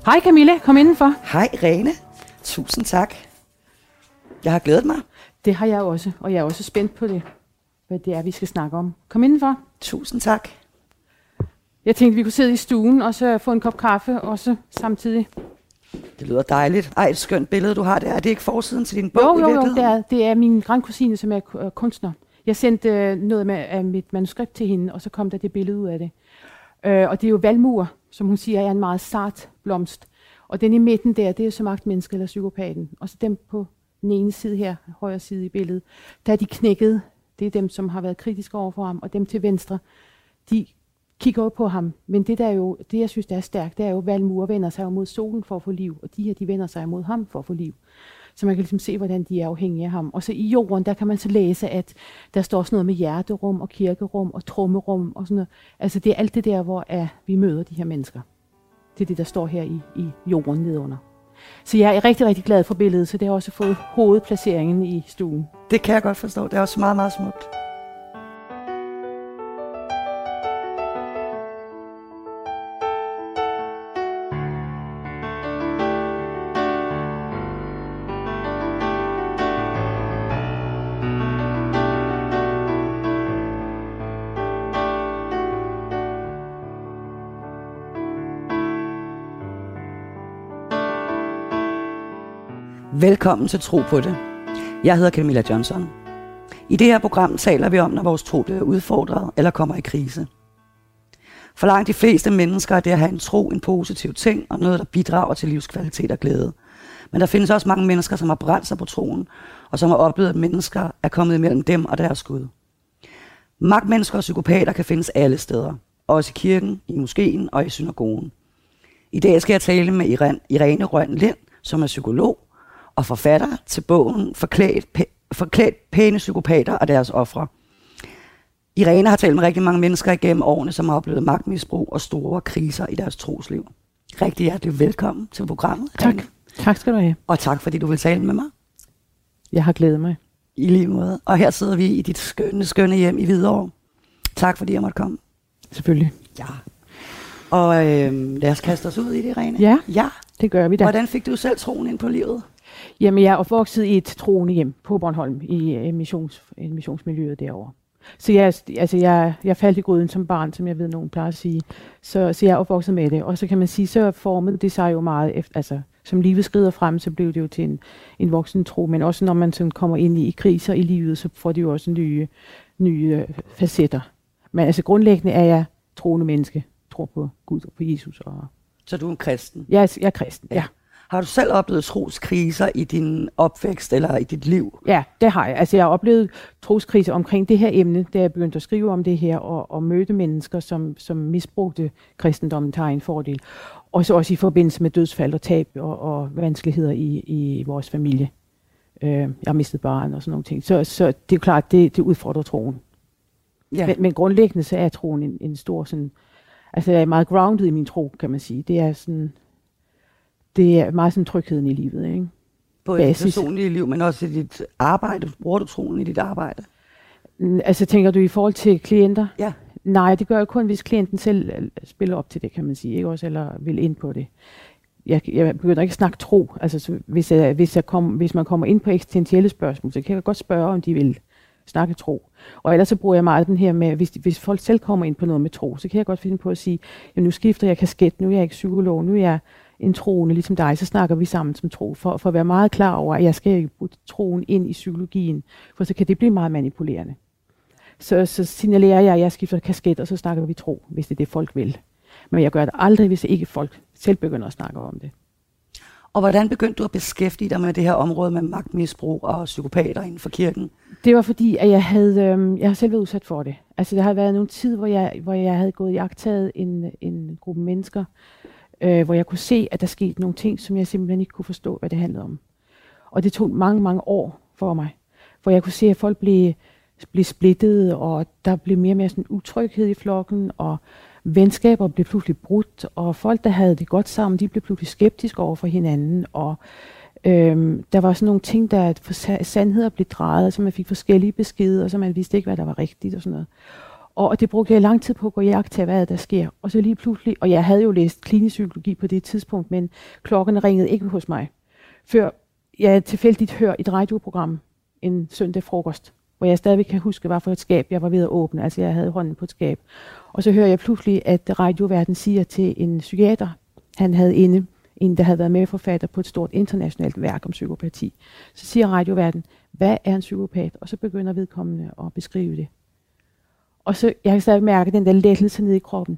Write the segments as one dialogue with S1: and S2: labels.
S1: Hej Camilla, kom indenfor.
S2: Hej Rene. Tusind tak. Jeg har glædet mig.
S1: Det har jeg også, og jeg er også spændt på det, hvad det er, vi skal snakke om. Kom indenfor.
S2: Tusind tak.
S1: Jeg tænkte, vi kunne sidde i stuen og så få en kop kaffe, og så samtidig.
S2: Det lyder dejligt. Ej, et skønt billede, du har der. Er det ikke forsiden til din bog i virkeligheden?
S1: Jo, det er min grandkusine, som er kunstner. Jeg sendte noget af mit manuskript til hende, og så kom der det billede ud af det. Og det er jo valmur, som hun siger, er en meget sart blomst. Og den i midten der, det er så magtmennesket eller psykopaten. Og så dem på den ene side her, højre side i billedet, der er de knækket. Det er dem, som har været kritiske over for ham. Og dem til venstre, de kigger jo på ham. Men det jeg synes, der er stærkt, det er jo, at valmur vender sig mod solen for at få liv. Og de her, de vender sig mod ham for at få liv. Så man kan ligesom se, hvordan de er afhængige af ham. Og så i jorden, der kan man så læse, at der står sådan noget med hjerterum og kirkerum og trommerum og sådan noget. Altså det er alt det der, hvor vi møder de her mennesker. Det er det, der står her i jorden nedunder. Så jeg er rigtig, rigtig glad for billedet, så det har også fået hovedplaceringen i stuen.
S2: Det kan jeg godt forstå. Det er også meget, meget smukt. Velkommen til Tro på det. Jeg hedder Camilla Johnson. I det her program taler vi om, når vores tro er udfordret eller kommer i krise. For langt de fleste mennesker er det at have en tro en positiv ting og noget, der bidrager til livskvalitet og glæde. Men der findes også mange mennesker, som har brændt sig på troen, og som har oplevet, at mennesker er kommet imellem dem og deres Gud. Magtmennesker og psykopater kan findes alle steder. Også i kirken, i moskeen og i synagogen. I dag skal jeg tale med Irene Rønn Lind, som er psykolog og forfatter til bogen Forklædt pæne psykopater og deres ofre. Irene har talt med rigtig mange mennesker igennem årene, som har oplevet magtmisbrug og store kriser i deres trosliv. Rigtig hjertelig velkommen til programmet.
S1: Tak. Tak skal du have.
S2: Og tak fordi du vil tale med mig.
S1: Jeg har glædet mig.
S2: I lige måde. Og her sidder vi i dit skønne hjem i Hvidovre. Tak fordi jeg måtte komme.
S1: Selvfølgelig.
S2: Ja. Og lad os kaste os ud i det, Irene.
S1: Ja, det gør vi da.
S2: Hvordan fik du selv troen ind på livet?
S1: Jamen, jeg er opvokset i et troende hjem på Bornholm, i missionsmiljøet derovre. Så jeg faldt i gryden som barn, som jeg ved, nogen plejer at sige. Så jeg er opvokset med det. Og så kan man sige, så formede det sig jo meget efter, altså som livet skrider frem, så blev det jo til en voksen tro. Men også når man sådan kommer ind i kriser i livet, så får det jo også nye facetter. Men altså grundlæggende er jeg troende menneske. Tror på Gud og på Jesus.
S2: Så du er en kristen?
S1: Jeg er kristen, ja.
S2: Har du selv oplevet troskriser i din opvækst eller i dit liv?
S1: Ja, det har jeg. Altså jeg har oplevet troskriser omkring det her emne, da jeg begyndte at skrive om det her, og mødte mennesker, som misbrugte kristendommen til egen fordel. Og så også i forbindelse med dødsfald og tab og vanskeligheder i vores familie. Jeg har mistet barn og sådan nogle ting. Så det er klart, det udfordrer troen. Ja. Men grundlæggende så er troen en stor sådan... Altså jeg er meget grounded i min tro, kan man sige. Det er meget sådan trygheden i livet, ikke?
S2: Både i dit personlige liv, men også i dit arbejde. Bruger du troen i dit arbejde?
S1: Altså tænker du i forhold til klienter?
S2: Ja.
S1: Nej, det gør jeg kun, hvis klienten selv spiller op til det, kan man sige, ikke også, eller vil ind på det. Jeg begynder ikke at snakke tro. Altså hvis man kommer ind på eksistentielle spørgsmål, så kan jeg godt spørge, om de vil snakke tro. Og ellers så bruger jeg meget den her med, hvis folk selv kommer ind på noget med tro, så kan jeg godt finde på at sige, jamen nu skifter jeg kasket, nu er jeg ikke psykolog, nu er jeg en troende, ligesom dig, så snakker vi sammen som tro, for at være meget klar over, at jeg skal ikke putte troen ind i psykologien, for så kan det blive meget manipulerende. Så signalerer jeg, at jeg skifter kasket, og så snakker vi tro, hvis det er det, folk vil. Men jeg gør det aldrig, hvis ikke folk selv begynder at snakke om det.
S2: Og hvordan begyndte du at beskæftige dig med det her område med magtmisbrug og psykopater inden for kirken?
S1: Det var fordi, at jeg har selv været udsat for det. Altså der har været nogle tid, hvor jeg havde gået i jagttaget en gruppe mennesker, hvor jeg kunne se, at der skete nogle ting, som jeg simpelthen ikke kunne forstå, hvad det handlede om. Og det tog mange, mange år for mig, hvor jeg kunne se, at folk blev splittet, og der blev mere og mere sådan utryghed i flokken, og venskaber blev pludselig brudt, og folk, der havde det godt sammen, de blev pludselig skeptiske over for hinanden, og der var sådan nogle ting, der sandheder blev drejet, så man fik forskellige beskeder, så man vidste ikke, hvad der var rigtigt og sådan noget. Og det brugte jeg lang tid på at gå i jagt til, hvad der sker. Og så lige pludselig, og jeg havde jo læst klinisk psykologi på det tidspunkt, men klokkerne ringede ikke hos mig. Før jeg tilfældigt hørte et radioprogram en søndag frokost, hvor jeg stadigvæk kan huske, hvad for et skab, jeg var ved at åbne. Altså jeg havde hånden på et skab. Og så hører jeg pludselig, at radioværten siger til en psykiater, han havde inde, en der havde været medforfatter på et stort internationalt værk om psykopati. Så siger radioværten, hvad er en psykopat? Og så begynder vedkommende at beskrive det. Og så jeg kan stadig mærke den der lettelse nede i kroppen.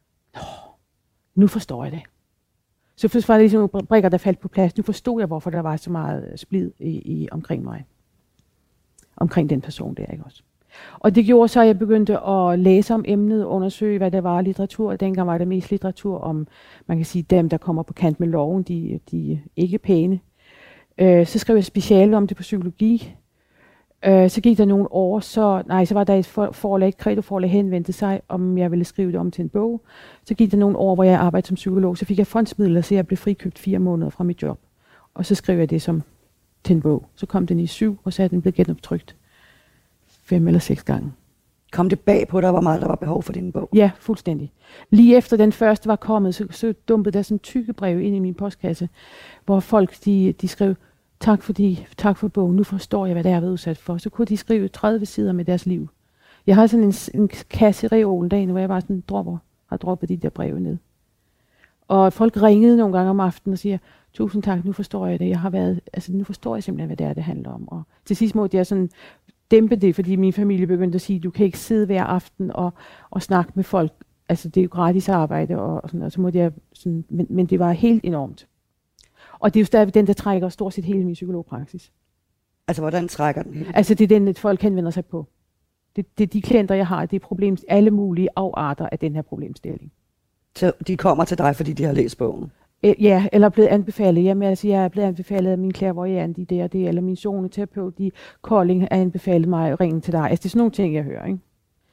S1: Nu forstår jeg det. Så først var det ligesom nogle brikker, der faldt på plads. Nu forstod jeg, hvorfor der var så meget splid omkring mig. Omkring den person der, ikke også? Og det gjorde så, at jeg begyndte at læse om emnet, undersøge, hvad der var litteratur. Dengang var der mest litteratur om, man kan sige, dem, der kommer på kant med loven, de er ikke pæne. Så skrev jeg speciale om det på psykologi. Så gik der nogle år, så var der et forlag, et Credo-forlag, henvendte sig, om jeg ville skrive det om til en bog. Så gik der nogle år, hvor jeg arbejdede som psykolog, så fik jeg fondsmidler, så jeg blev frikøbt 4 måneder fra mit job. Og så skrev jeg det som til en bog. Så kom den i 7, og så er den blevet genoptrykt 5 eller 6 gange.
S2: Kom det bag på dig, hvor meget der var behov for din bog?
S1: Ja, fuldstændig. Lige efter den første var kommet, så dumpede der sådan tykke brev ind i min postkasse, hvor folk de skrev, tak for bogen, nu forstår jeg, hvad det er, jeg har været udsat for. Så kunne de skrive 30 sider med deres liv. Jeg har sådan en kasse i reolen dagen, hvor jeg bare sådan har droppet de der breve ned. Og folk ringede nogle gange om aftenen og siger, tusind tak, nu forstår jeg det. Nu forstår jeg simpelthen, hvad det handler om. Og til sidst måtte jeg sådan dæmpe det, fordi min familie begyndte at sige, du kan ikke sidde hver aften og snakke med folk. Altså, det er jo gratis arbejde, og sådan, og så måtte jeg sådan, men det var helt enormt. Og det er jo stadigvæk den, der trækker stort set hele min psykologpraksis.
S2: Altså, hvordan trækker den hele?
S1: Altså, det er den, at folk henvender sig på. Det er de klienter, jeg har, det er alle mulige afarter af den her problemstilling.
S2: Så de kommer til dig, fordi de har læst bogen?
S1: Ja, eller er blevet anbefalet. Jamen, altså, jeg er blevet anbefalet af min clairvoyant i det og det, eller min zoneterapeut i Kolding har anbefalet mig at ringe til dig. Altså, det er sådan nogle ting, jeg hører, ikke?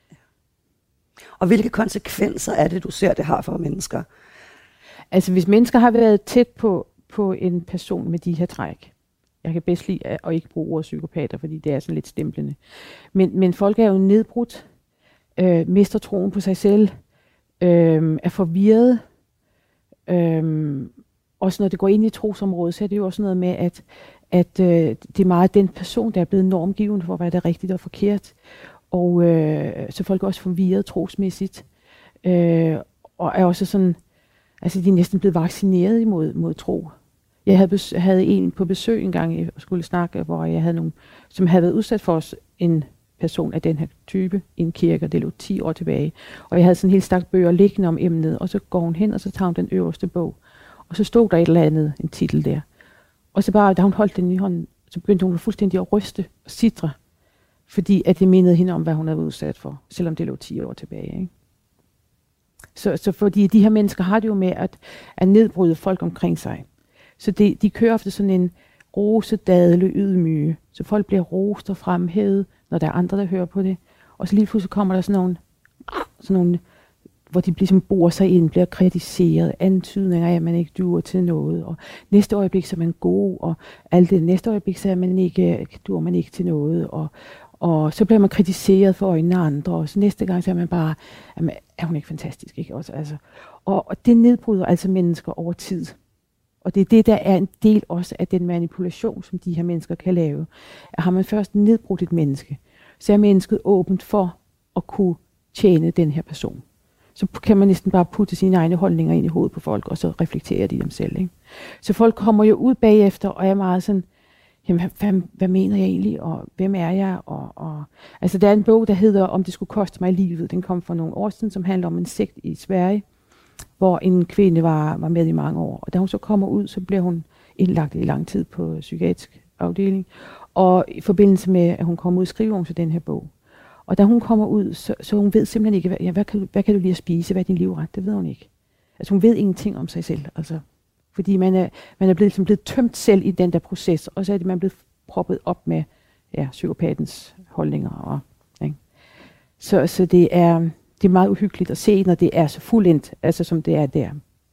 S2: Og hvilke konsekvenser er det, du ser, det har for mennesker?
S1: Altså, hvis mennesker har været tæt på en person med de her træk. Jeg kan bedst lide at ikke bruge ordet psykopater, fordi det er sådan lidt stemplende. Men folk er jo nedbrudt, mister troen på sig selv, er forvirret. Også når det går ind i trosområdet, så er det jo også noget med, at det er meget den person, der er blevet normgivende for, hvad der er rigtigt og forkert. Og så folk er også forvirret trosmæssigt. Og er også sådan, altså de er næsten blevet vaccineret imod tro. Jeg havde en på besøg en gang, jeg skulle snakke, hvor jeg havde nogen, som havde været udsat for en person af den her type i en kirke, og det lå 10 år tilbage. Og jeg havde sådan en hel stak bøger liggende om emnet, og så går hun hen, og så tager hun den øverste bog. Og så stod der et eller andet, en titel der. Og så bare, da hun holdt den i hånden, så begyndte hun fuldstændig at ryste og sitre, fordi at det mindede hende om, hvad hun havde været udsat for, selvom det lå 10 år tilbage. Ikke? Så fordi de her mennesker har det jo med at nedbryde folk omkring sig. Så de kører ofte sådan en rosedadle ydmyge. Så folk bliver rost og fremhævet, når der er andre, der hører på det. Og så lige pludselig kommer der sådan nogle hvor de ligesom borer sig ind, bliver kritiseret, antydninger af, at man ikke duer til noget. Og næste øjeblik så er man god, og alt det næste øjeblik så duer man ikke til noget. Og så bliver man kritiseret for øjnene af andre, og så næste gang så er man bare, er hun ikke fantastisk? Ikke? Også, altså. Og det nedbryder altså mennesker over tid. Og det er det, der er en del også af den manipulation, som de her mennesker kan lave. Har man først nedbrudt et menneske, så er mennesket åbent for at kunne tjene den her person. Så kan man næsten bare putte sine egne holdninger ind i hovedet på folk, og så reflekterer de dem selv. Ikke? Så folk kommer jo ud bagefter, og er meget sådan, jamen, hvad mener jeg egentlig, og hvem er jeg? Altså, der er en bog, der hedder Om det skulle koste mig livet. Den kom for nogle år siden, som handler om en sekt i Sverige, hvor en kvinde var med i mange år. Og da hun så kommer ud, så bliver hun indlagt i lang tid på psykiatrisk afdeling. Og i forbindelse med, at hun kommer ud, skriver hun så den her bog. Og da hun kommer ud, så hun ved simpelthen ikke, hvad kan du lide at spise, hvad er din livret? Det ved hun ikke. Altså hun ved ingenting om sig selv. Altså, fordi man er blevet tømt selv i den der proces, og så er man blevet proppet op med psykopatens holdninger. Og, ikke? Så det er meget uhyggeligt at se, når det er så fuldendt, altså som det er der.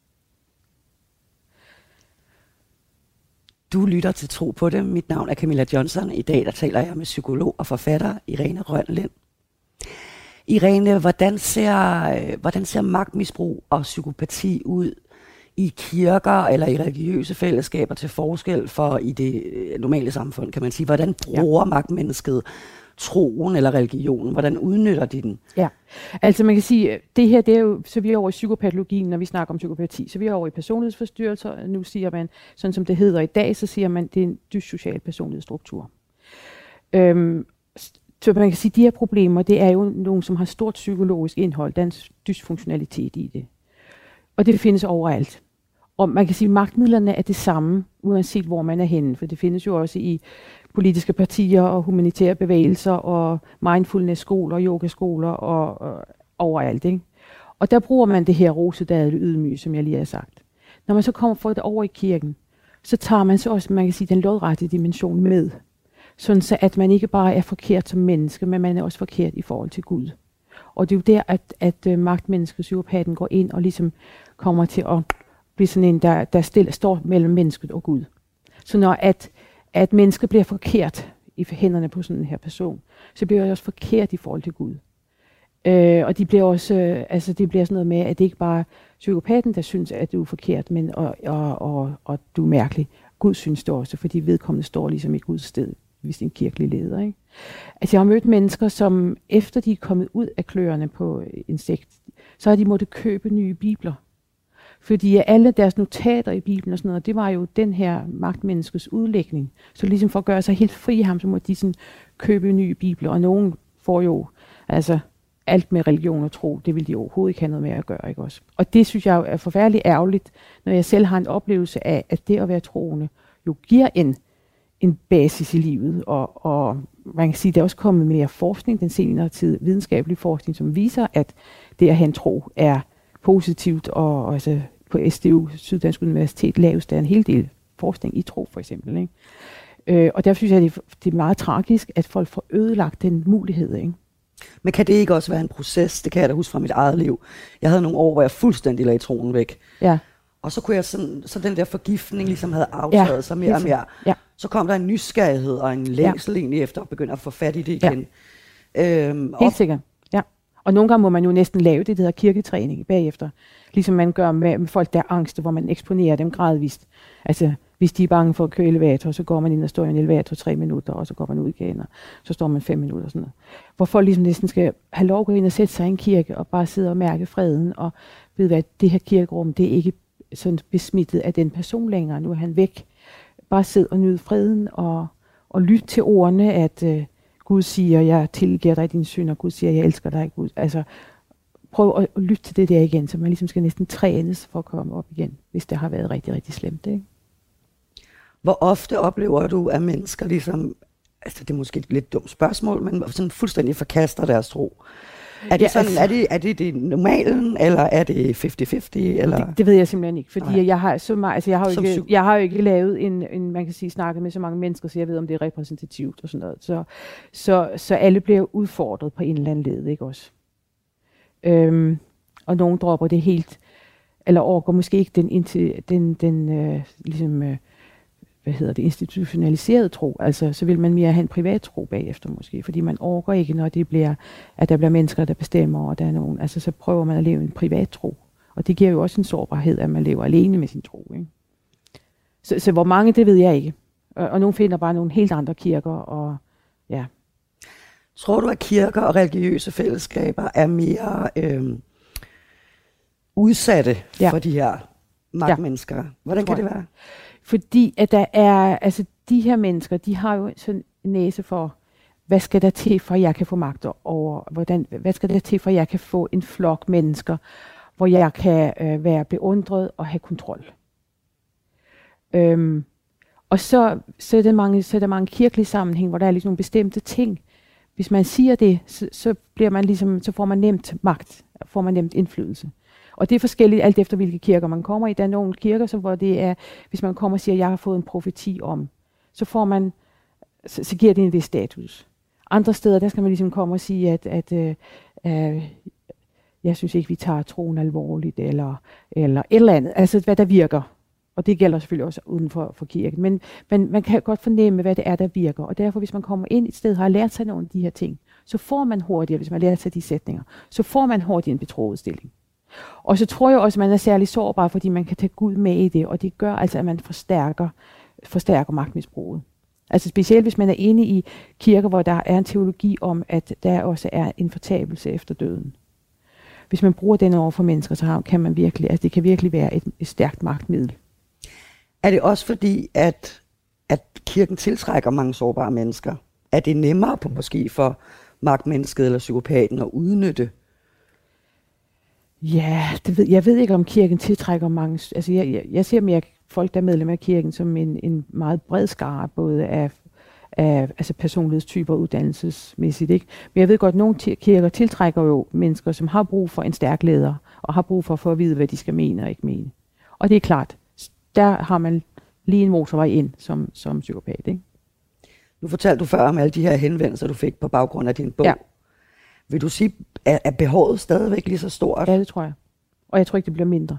S2: Du lytter til Tro på det. Mit navn er Camilla Johnson. I dag der taler jeg med psykolog og forfatter Irene Rønn Lind. Irene, hvordan ser magtmisbrug og psykopati ud i kirker eller i religiøse fællesskaber til forskel for i det normale samfund, kan man sige? Hvordan bruger magtmennesket troen eller religionen? Hvordan udnytter de den?
S1: Ja, altså man kan sige, det her, det er jo, så vi er over i psykopatologien, når vi snakker om psykopati. Så vi er over i personlighedsforstyrrelser. Nu siger man, sådan som det hedder i dag, så siger man, det er en dyssocial personlighedsstruktur. Så man kan sige, de her problemer, det er jo nogen, som har stort psykologisk indhold. Der er en dysfunktionalitet i det. Og det findes overalt. Og man kan sige, at magtmidlerne er det samme, uanset hvor man er henne. For det findes jo også i politiske partier og humanitære bevægelser og mindfulness-skoler, yogaskoler og overalt. Ikke? Og der bruger man det her rosedadede ydmyge, som jeg lige har sagt. Når man så kommer for det over i kirken, så tager man så også, man kan sige, den lodrette dimension med. Sådan så, at man ikke bare er forkert som menneske, men man er også forkert i forhold til Gud. Og det er jo der, at magtmennesket, psykopaten, går ind og ligesom kommer til at blive sådan en, der står mellem mennesket og Gud. Så når at mennesket bliver forkert i hænderne på sådan en her person, så bliver det også forkert i forhold til Gud. Og de bliver også, det bliver sådan noget med, at det ikke bare er psykopaten, der synes, at du er forkert, men og du er mærkelig. Gud synes det også, fordi vedkommende står ligesom i Guds sted, hvis det er en kirkelig leder. Ikke? Altså jeg har mødt mennesker, som efter de er kommet ud af kløerne på en sekt, så har de måttet købe nye bibler. Fordi alle deres notater i Bibelen og sådan noget, det var jo den her magtmenneskes udlægning. Så ligesom for at gøre sig helt fri af ham, så må de sådan købe nye bibler. Og nogen får jo alt med religion og tro, det vil de overhovedet ikke have noget med at gøre. Ikke også? Og det synes jeg er forfærdeligt ærgerligt, når jeg selv har en oplevelse af, at det at være troende jo giver en basis i livet. Og man kan sige, at der er også kommet mere forskning den senere tid, videnskabelig forskning, som viser, at det at have en tro er positivt, og altså på SDU, Syddansk Universitet, laves der en hel del forskning i tro, for eksempel. Ikke? Og derfor synes jeg, det er meget tragisk, at folk får ødelagt den mulighed. Ikke?
S2: Men kan det ikke også være en proces? Det kan jeg da huske fra mit eget liv. Jeg havde nogle år, hvor jeg fuldstændig lagde troen væk. Ja. Og så kunne jeg så den der forgiftning ligesom havde aftaget sig mere og mere. Ja. Så kom der en nysgerrighed og en længsel egentlig efter at begynde at få fat i det igen.
S1: Helt sikkert. Og nogle gange må man jo næsten lave det, der hedder kirketræning bagefter. Ligesom man gør med folk, der er angste, hvor man eksponerer dem gradvist. Altså, hvis de er bange for at køre elevator, så går man ind og står i en elevator 3 minutter, og så går man ud igen, og så står man 5 minutter og sådan noget. Hvor folk ligesom næsten skal have lov at gå ind og sætte sig i en kirke, og bare sidde og mærke freden, og ved hvad, det her kirkerum, det er ikke sådan besmittet af den person længere. Nu er han væk. Bare sidde og nyde freden, og lytte til ordene, at Gud siger, jeg tilgiver dig din synd, og Gud siger, jeg elsker dig, Gud. Altså, prøv at lytte til det der igen, så man ligesom skal næsten trænes for at komme op igen, hvis det har været rigtig, rigtig slemt. Ikke?
S2: Hvor ofte oplever du, at mennesker ligesom, altså det er måske et lidt dumt spørgsmål, men sådan fuldstændig forkaster deres tro? Er det sådan, er det normalen, eller er det 50-50? Eller?
S1: Det ved jeg simpelthen ikke, fordi jeg har så meget, altså jeg har jo ikke lavet en man kan sige, snakket med så mange mennesker, så jeg ved, om det er repræsentativt og sådan noget. Så alle bliver udfordret på en eller anden led, ikke også? Og nogen dropper det helt, eller overgår måske ikke den institutionaliserede tro. Altså, så vil man mere have en privat tro bagefter måske, fordi man overgår ikke, når det bliver, at der bliver mennesker, der bestemmer, og der er nogen, altså så prøver man at leve en privat tro. Og det giver jo også en sårbarhed, at man lever alene med sin tro. Ikke? Så hvor mange, det ved jeg ikke. Og nogen finder bare nogle helt andre kirker, og ja.
S2: Tror du, at kirker og religiøse fællesskaber er mere udsatte for de her magtmennesker? Hvordan kan det være?
S1: Fordi at der er, altså de her mennesker, de har jo sådan en næse for, hvad skal der til, for at jeg kan få magt over, hvad skal der til, for at jeg kan få en flok mennesker, hvor jeg kan være beundret og have kontrol. Og så er der mange kirkelige sammenhæng, hvor der er ligesom nogle bestemte ting. Hvis man siger det, så bliver man ligesom, så får man nemt magt, får man nemt indflydelse. Og det er forskelligt alt efter, hvilke kirker man kommer i. Der er nogle kirker, hvor det er, hvis man kommer og siger, at jeg har fået en profeti om, så giver det en vis status. Andre steder, der skal man ligesom komme og sige, at jeg synes ikke, vi tager troen alvorligt, eller et eller andet. Altså, hvad der virker. Og det gælder selvfølgelig også uden for kirken. Men man kan godt fornemme, hvad det er, der virker. Og derfor, hvis man kommer ind et sted og har lært sig nogle af de her ting, så får man hurtigere, hvis man lærer sig de sætninger, så får man hurtigere en betroet stilling. Og så tror jeg også, at man er særlig sårbar, fordi man kan tage Gud med i det, og det gør altså, at man forstærker magtmisbruget. Altså specielt hvis man er inde i kirker, hvor der er en teologi om, at der også er en fortabelse efter døden. Hvis man bruger den over for mennesker, så kan man virkelig, altså det kan virkelig være et stærkt magtmiddel.
S2: Er det også fordi, at kirken tiltrækker mange sårbare mennesker? Er det nemmere på måske for magtmennesket eller psykopaten at udnytte?
S1: Ja, jeg ved ikke, om kirken tiltrækker mange. Altså jeg ser mere folk, der er medlem af kirken, som en meget bred skare, både af altså personlighedstyper og uddannelsesmæssigt. Ikke? Men jeg ved godt, at nogle kirker tiltrækker jo mennesker, som har brug for en stærk leder, og har brug for at få at vide, hvad de skal mene og ikke mene. Og det er klart, der har man lige en motorvej ind som psykopat. Ikke?
S2: Nu fortalte du før om alle de her henvendelser, du fik på baggrund af din bog. Ja. Vil du sige, er behovet stadigvæk lige så stort?
S1: Ja, det tror jeg. Og jeg tror ikke, det bliver mindre.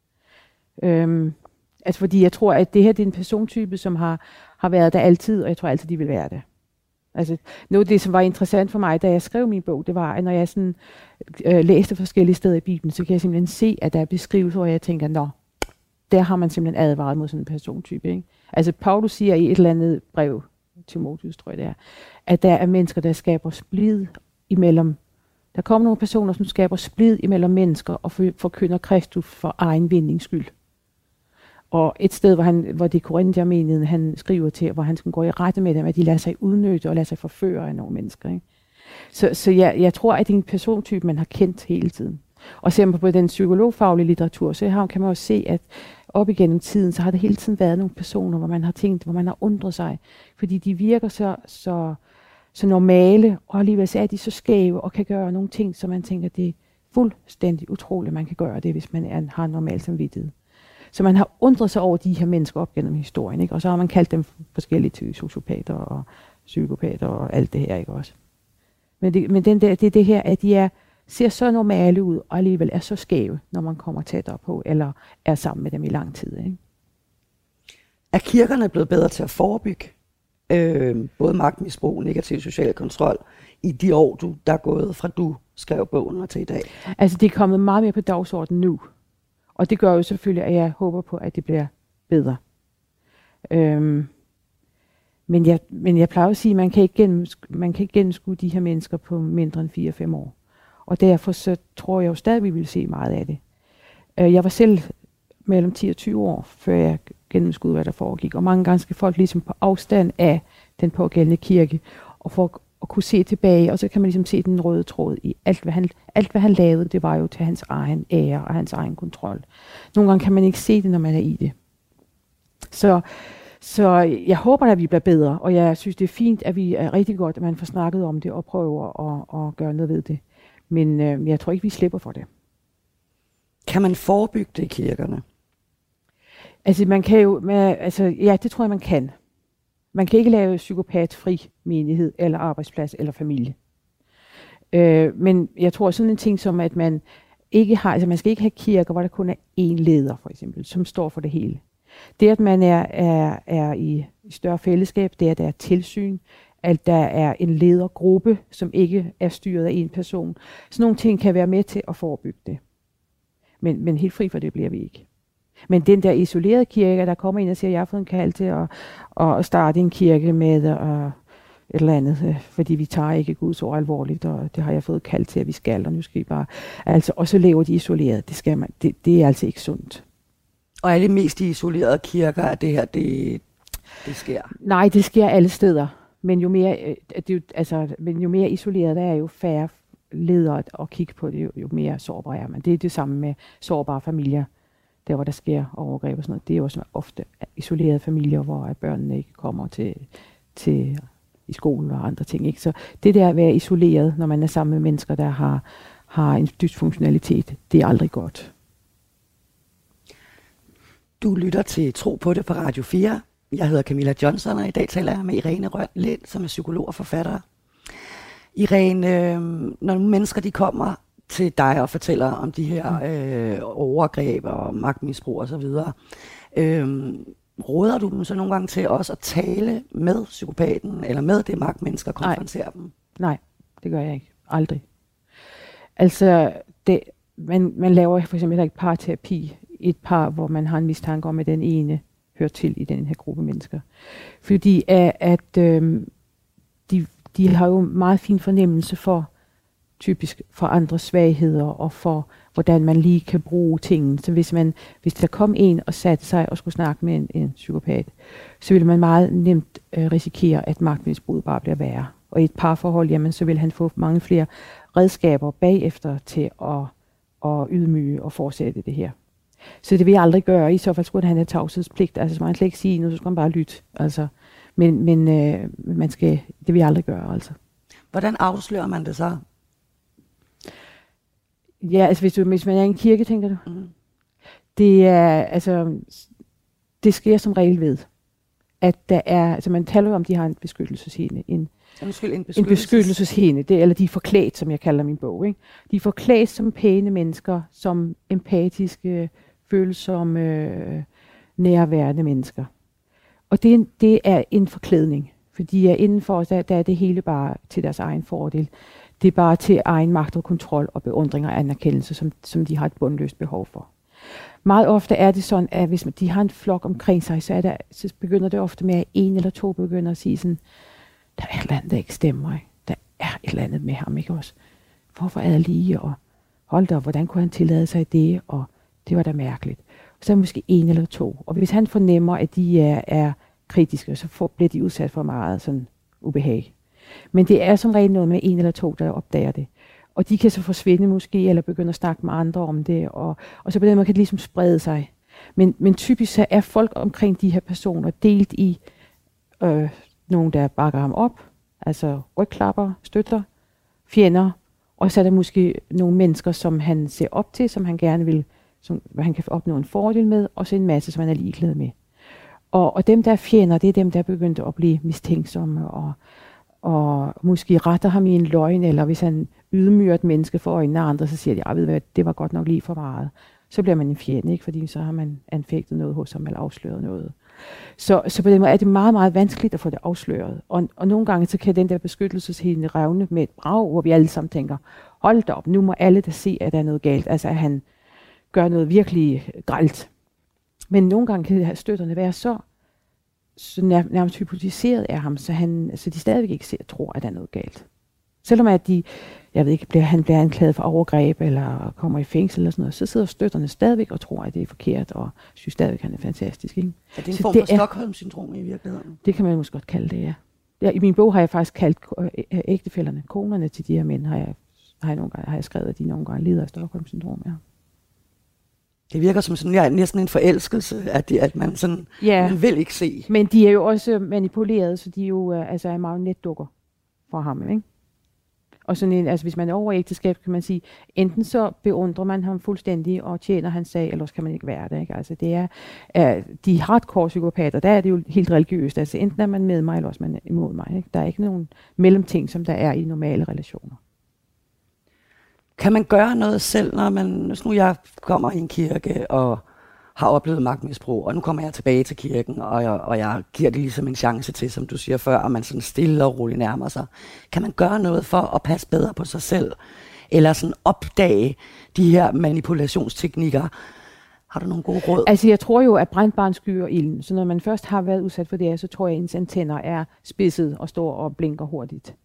S1: Altså fordi jeg tror, at det her det er en persontype, som har været der altid, og jeg tror altid, de vil være det. Altså noget af det, som var interessant for mig, da jeg skrev min bog, det var, at når jeg sådan, læste forskellige steder i Bibelen, så kan jeg simpelthen se, at der er beskrivelser, hvor jeg tænker, nå, der har man simpelthen advaret mod sådan en persontype. Ikke? Altså Paulus siger i et eller andet brev, Timotheus tror jeg det er, at der er mennesker, der skaber splid imellem. Der kommer nogle personer, som skaber splid imellem mennesker og forkynder Kristus for egen vindings skyld. Og et sted, hvor det er Korinthermenigheden, han skriver til, hvor han skal gå i rette med dem, at de lader sig udnytte og lader sig forføre af nogle mennesker. Ikke? Så jeg tror, at det er en persontype, man har kendt hele tiden. Og ser man på den psykologfaglige litteratur, så kan man også se, at op igennem tiden, så har der hele tiden været nogle personer, hvor man har tænkt, hvor man har undret sig. Fordi de virker så normale, og alligevel så er de så skæve og kan gøre nogle ting, så man tænker, det er fuldstændig utroligt, man kan gøre det, hvis man har en normal samvittighed. Så man har undret sig over de her mennesker op gennem historien, ikke? Og så har man kaldt dem forskellige til sociopater og psykopater og alt det her, ikke også? Men det er det her, at de ser så normale ud, og alligevel er så skæve, når man kommer tættere på, eller er sammen med dem i lang tid, ikke?
S2: Er kirkerne blevet bedre til at forebygge både magtmisbrug og negativ social kontrol i de år, der er gået fra du skrev bogen og til i dag? Altså
S1: det er kommet meget mere på dagsordenen nu. Og det gør jo selvfølgelig, at jeg håber på, at det bliver bedre. Men jeg plejer at sige, at man kan ikke gennemskue de her mennesker på mindre end 4-5 år. Og derfor så tror jeg jo stadig, vi vil se meget af det. Jeg var selv mellem 10 og 20 år, før jeg gennemskuede, hvad der foregik. Og mange gange skal folk ligesom på afstand af den pågældende kirke, og for at kunne se tilbage, og så kan man ligesom se den røde tråd i alt, hvad han lavede, det var jo til hans egen ære og hans egen kontrol. Nogle gange kan man ikke se det, når man er i det. Så jeg håber, at vi bliver bedre, og jeg synes, det er fint, at vi er rigtig godt, at man får snakket om det og prøver at gøre noget ved det. Men jeg tror ikke, vi slipper for det.
S2: Kan man forebygge det i kirkerne?
S1: Altså man kan jo, ja, det tror jeg, man kan. Man kan ikke lave psykopatfri menighed, eller arbejdsplads, eller familie. Men jeg tror sådan en ting som, at man ikke har, altså man skal ikke have kirker, hvor der kun er én leder, for eksempel, som står for det hele. Det, at man er i større fællesskab, det er, at der er tilsyn, at der er en ledergruppe, som ikke er styret af en person. Sådan nogle ting kan være med til at forebygge det. Men helt fri for det bliver vi ikke. Men den der isolerede kirke, der kommer ind og siger, at jeg har fået en kald til at starte en kirke med et eller andet, fordi vi tager ikke Guds ord alvorligt, og det har jeg fået kald til, at vi skal, og nu skal vi bare... Altså, og så lever de isoleret. Det skal man. Det er altså ikke sundt.
S2: Og er det mest de isolerede kirker, at det her, det sker?
S1: Nej, det sker alle steder. Men jo mere isoleret der er, jo færre ledere at kigge på det, jo mere sårbar er man. Det er det samme med sårbare familier, der hvor der sker overgreb og sådan noget. Det er jo også ofte isolerede familier, hvor børnene ikke kommer til i skolen og andre ting. Ikke? Så det der at være isoleret, når man er sammen med mennesker, der har en dysfunktionalitet, det er aldrig godt.
S2: Du lytter til Tro på det på Radio 4. Jeg hedder Camilla Johnson, og i dag taler jeg med Irene Røn Lind, som er psykolog og forfatter. Irene, når mennesker de kommer til dig og fortæller om de her overgreb og magtmisbrug og så videre, råder du dem så nogle gange til også at tale med psykopaten eller med det magtmenneske og konfrontere dem?
S1: Nej, det gør jeg ikke. Aldrig. Altså, man laver for eksempel ikke parterapi. Et par, hvor man har en mistanke om, at den ene hører til i den her gruppe mennesker. Fordi de har jo meget fin fornemmelse for, typisk for andres svagheder, og for hvordan man lige kan bruge tingene. Så hvis der kom en og satte sig og skulle snakke med en psykopat, så ville man meget nemt risikere, at magtmisbruget bare bliver værre. Og i et parforhold, jamen, så vil han få mange flere redskaber bagefter til at ydmyge og fortsætte det her. Så det vil jeg aldrig gøre. I så fald skulle han have tavshedspligt. Altså, så man slet ikke sige noget, så skal man bare lytte. Altså, men det vil jeg aldrig gøre. Altså.
S2: Hvordan afslører man det så?
S1: Ja, altså hvis man er i en kirke, tænker du? Mm. Det er, altså, det sker som regel ved, at der er, altså man taler jo om, de har en beskyttelseshinde. En beskyttelseshinde, eller de er forklædt, som jeg kalder min bog. Ikke? De er forklædt som pæne mennesker, som empatiske, følsomme, nærværende mennesker. Og det er en forklædning, fordi indenfor der er det hele bare til deres egen fordel. Det er bare til egen magt og kontrol og beundring og anerkendelse, som de har et bundløst behov for. Meget ofte er det sådan, at hvis de har en flok omkring sig, så begynder det ofte med, at en eller to begynder at sige sådan, der er et eller andet, der ikke stemmer. Ikke? Der er et eller andet med ham, ikke også? Hvorfor er jeg lige? Og hold da, hvordan kunne han tillade sig det? Og det var da mærkeligt. Og så er måske en eller to. Og hvis han fornemmer, at de er kritiske, så bliver de udsat for meget sådan ubehag. Men det er som regel noget med en eller to, der opdager det. Og de kan så forsvinde måske, eller begynde at snakke med andre om det, og så på den måde kan det ligesom sprede sig. Men typisk så er folk omkring de her personer delt i nogen, der bakker ham op, altså rygklapper, støtter, fjender, og så er der måske nogle mennesker, som han ser op til, som han gerne vil, som han kan opnå en fordel med, og så en masse, som han er ligeglad med. Og dem, der er fjender, det er dem, der er begyndt at blive mistænksomme, og måske retter ham i en løgn, eller hvis han ydmyger et menneske for øjnene af andre, så siger de, jeg ved hvad, det var godt nok lige for meget. Så bliver man en fjende, ikke? Fordi så har man anfægtet noget hos ham, eller afsløret noget. Så på den måde er det meget, meget vanskeligt at få det afsløret. Og nogle gange så kan den der beskyttelseshinde revne med et brag, hvor vi alle sammen tænker, hold da op, nu må alle da se, at der er noget galt. Altså at han gør noget virkelig grelt. Men nogle gange kan støtterne være så nærmest hypotiseret af ham, så de stadigvæk ikke tror, at der er noget galt. Selvom at han bliver anklaget for overgreb, eller kommer i fængsel eller sådan noget, så sidder støtterne stadigvæk og tror, at det er forkert, og synes stadigvæk, at han er fantastisk. Ikke?
S2: Er det en form for Stockholm-syndrom i virkeligheden?
S1: Det kan man måske godt kalde det, ja. I min bog har jeg faktisk kaldt ægtefællerne, konerne til de her mænd, har jeg skrevet, at de nogle gange lider af Stockholm-syndrom, ja.
S2: Det virker som sådan, næsten en forelskelse, at man sådan, man vil ikke se.
S1: Men de er jo også manipuleret, så de er jo er marionetdukker for ham, ikke? Og sådan altså hvis man er over ægteskab, kan man sige, enten så beundrer man ham fuldstændig og tjener hans sag, eller så kan man ikke være det, ikke? Altså det er de hardcore psykopater, der er det jo helt religiøst. Altså enten er man med mig, eller også man er imod mig, ikke? Der er ikke nogen mellemting, som der er i normale relationer.
S2: Kan man gøre noget selv, når nu jeg kommer i en kirke og har oplevet magtmisbrug, og nu kommer jeg tilbage til kirken, og jeg giver det ligesom en chance til, som du siger før, og man sådan stille og roligt nærmer sig. Kan man gøre noget for at passe bedre på sig selv? Eller sådan opdage de her manipulationsteknikker? Har du nogle gode råd? Altså
S1: jeg tror jo, at brændbarn skyer ilden, så når man først har været udsat for det, så tror jeg, at ens antenner er spidset og står og blinker hurtigt.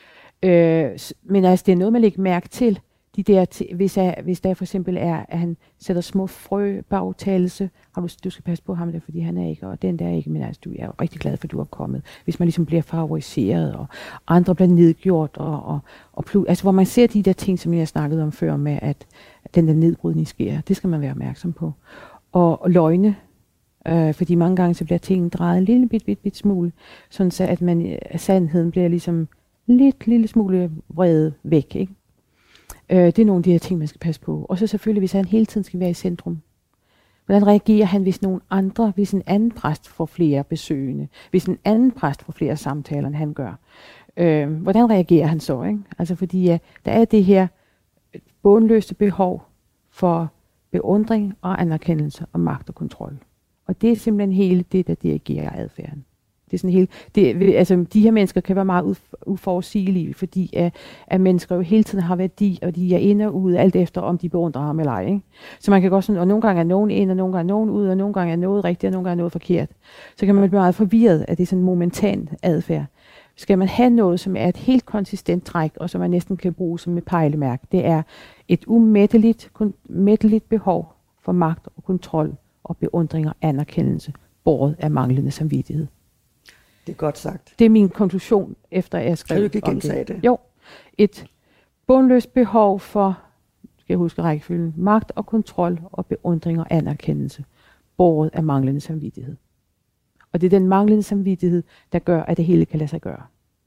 S1: Men altså det er noget, man lægger mærke til. Hvis der for eksempel er, at han sætter små frø bagtagelse, du skal passe på ham der, fordi han er ikke, og den der er ikke, men altså, du er jo rigtig glad for, at du er kommet. Hvis man ligesom bliver favoriseret, og andre bliver nedgjort, altså hvor man ser de der ting, som jeg snakkede om før, med at den der nedbrydning sker, det skal man være opmærksom på. Og løgne, fordi mange gange så bliver tingene drejet en lille bit smule, sådan så at sandheden bliver ligesom lille smule vredet væk, ikke? Det er nogle af de her ting, man skal passe på. Og så selvfølgelig, hvis han hele tiden skal være i centrum. Hvordan reagerer han, hvis en anden præst får flere besøgende? Hvis en anden præst får flere samtaler, end han gør? Hvordan reagerer han så? Ikke? Altså fordi der er det her bundløse behov for beundring og anerkendelse og magt og kontrol. Og det er simpelthen hele det, der dirigerer adfærden. Det er sådan helt, altså de her mennesker kan være meget uforudsigelige, fordi at mennesker jo hele tiden har værdi, og de er inde og ud, alt efter om de beundrer ham eller ej. Ikke? Så man kan godt sådan, og nogle gange er nogen ind, og nogle gange er nogen ud, og nogle gange er noget rigtigt, og nogle gange er noget forkert. Så kan man blive meget forvirret af det sådan momentan adfærd. Skal man have noget, som er et helt konsistent træk, og som man næsten kan bruge som et pejlemærke, det er et umætteligt behov for magt og kontrol og beundring og anerkendelse, båret af manglende samvittighed.
S2: Det er godt sagt.
S1: Det er min konklusion, efter jeg skrev om det.
S2: Kan du ikke gentage det?
S1: Jo. Et bundløst behov for, skal jeg huske rækkefølgen, magt og kontrol og beundring og anerkendelse, båret af manglende samvittighed. Og det er den manglende samvittighed, der gør, at det hele kan lade sig gøre.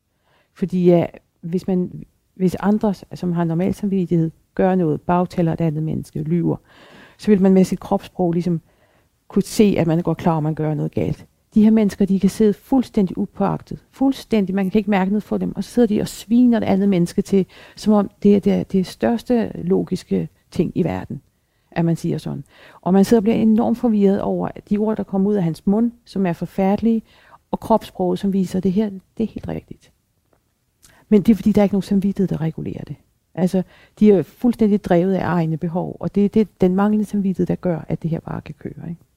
S1: Fordi hvis andre, som har normal samvittighed, gør noget, bagtaler et andet menneske, lyver, så vil man med sit kropssprog ligesom kunne se, at man er godt klar over, at man gør noget galt. De her mennesker, de kan sidde fuldstændig upåagtet. Fuldstændig, man kan ikke mærke noget for dem. Og så sidder de og sviner det andet menneske til, som om det er det største logiske ting i verden, at man siger sådan. Og man sidder og bliver enormt forvirret over de ord, der kommer ud af hans mund, som er forfærdelige, og kropssproget, som viser, at det her, det er helt rigtigt. Men det er fordi, der er ikke nogen samvittighed, der regulerer det. Altså, de er fuldstændig drevet af egne behov, og det er den manglende samvittighed, der gør, at det her bare kan køre, ikke?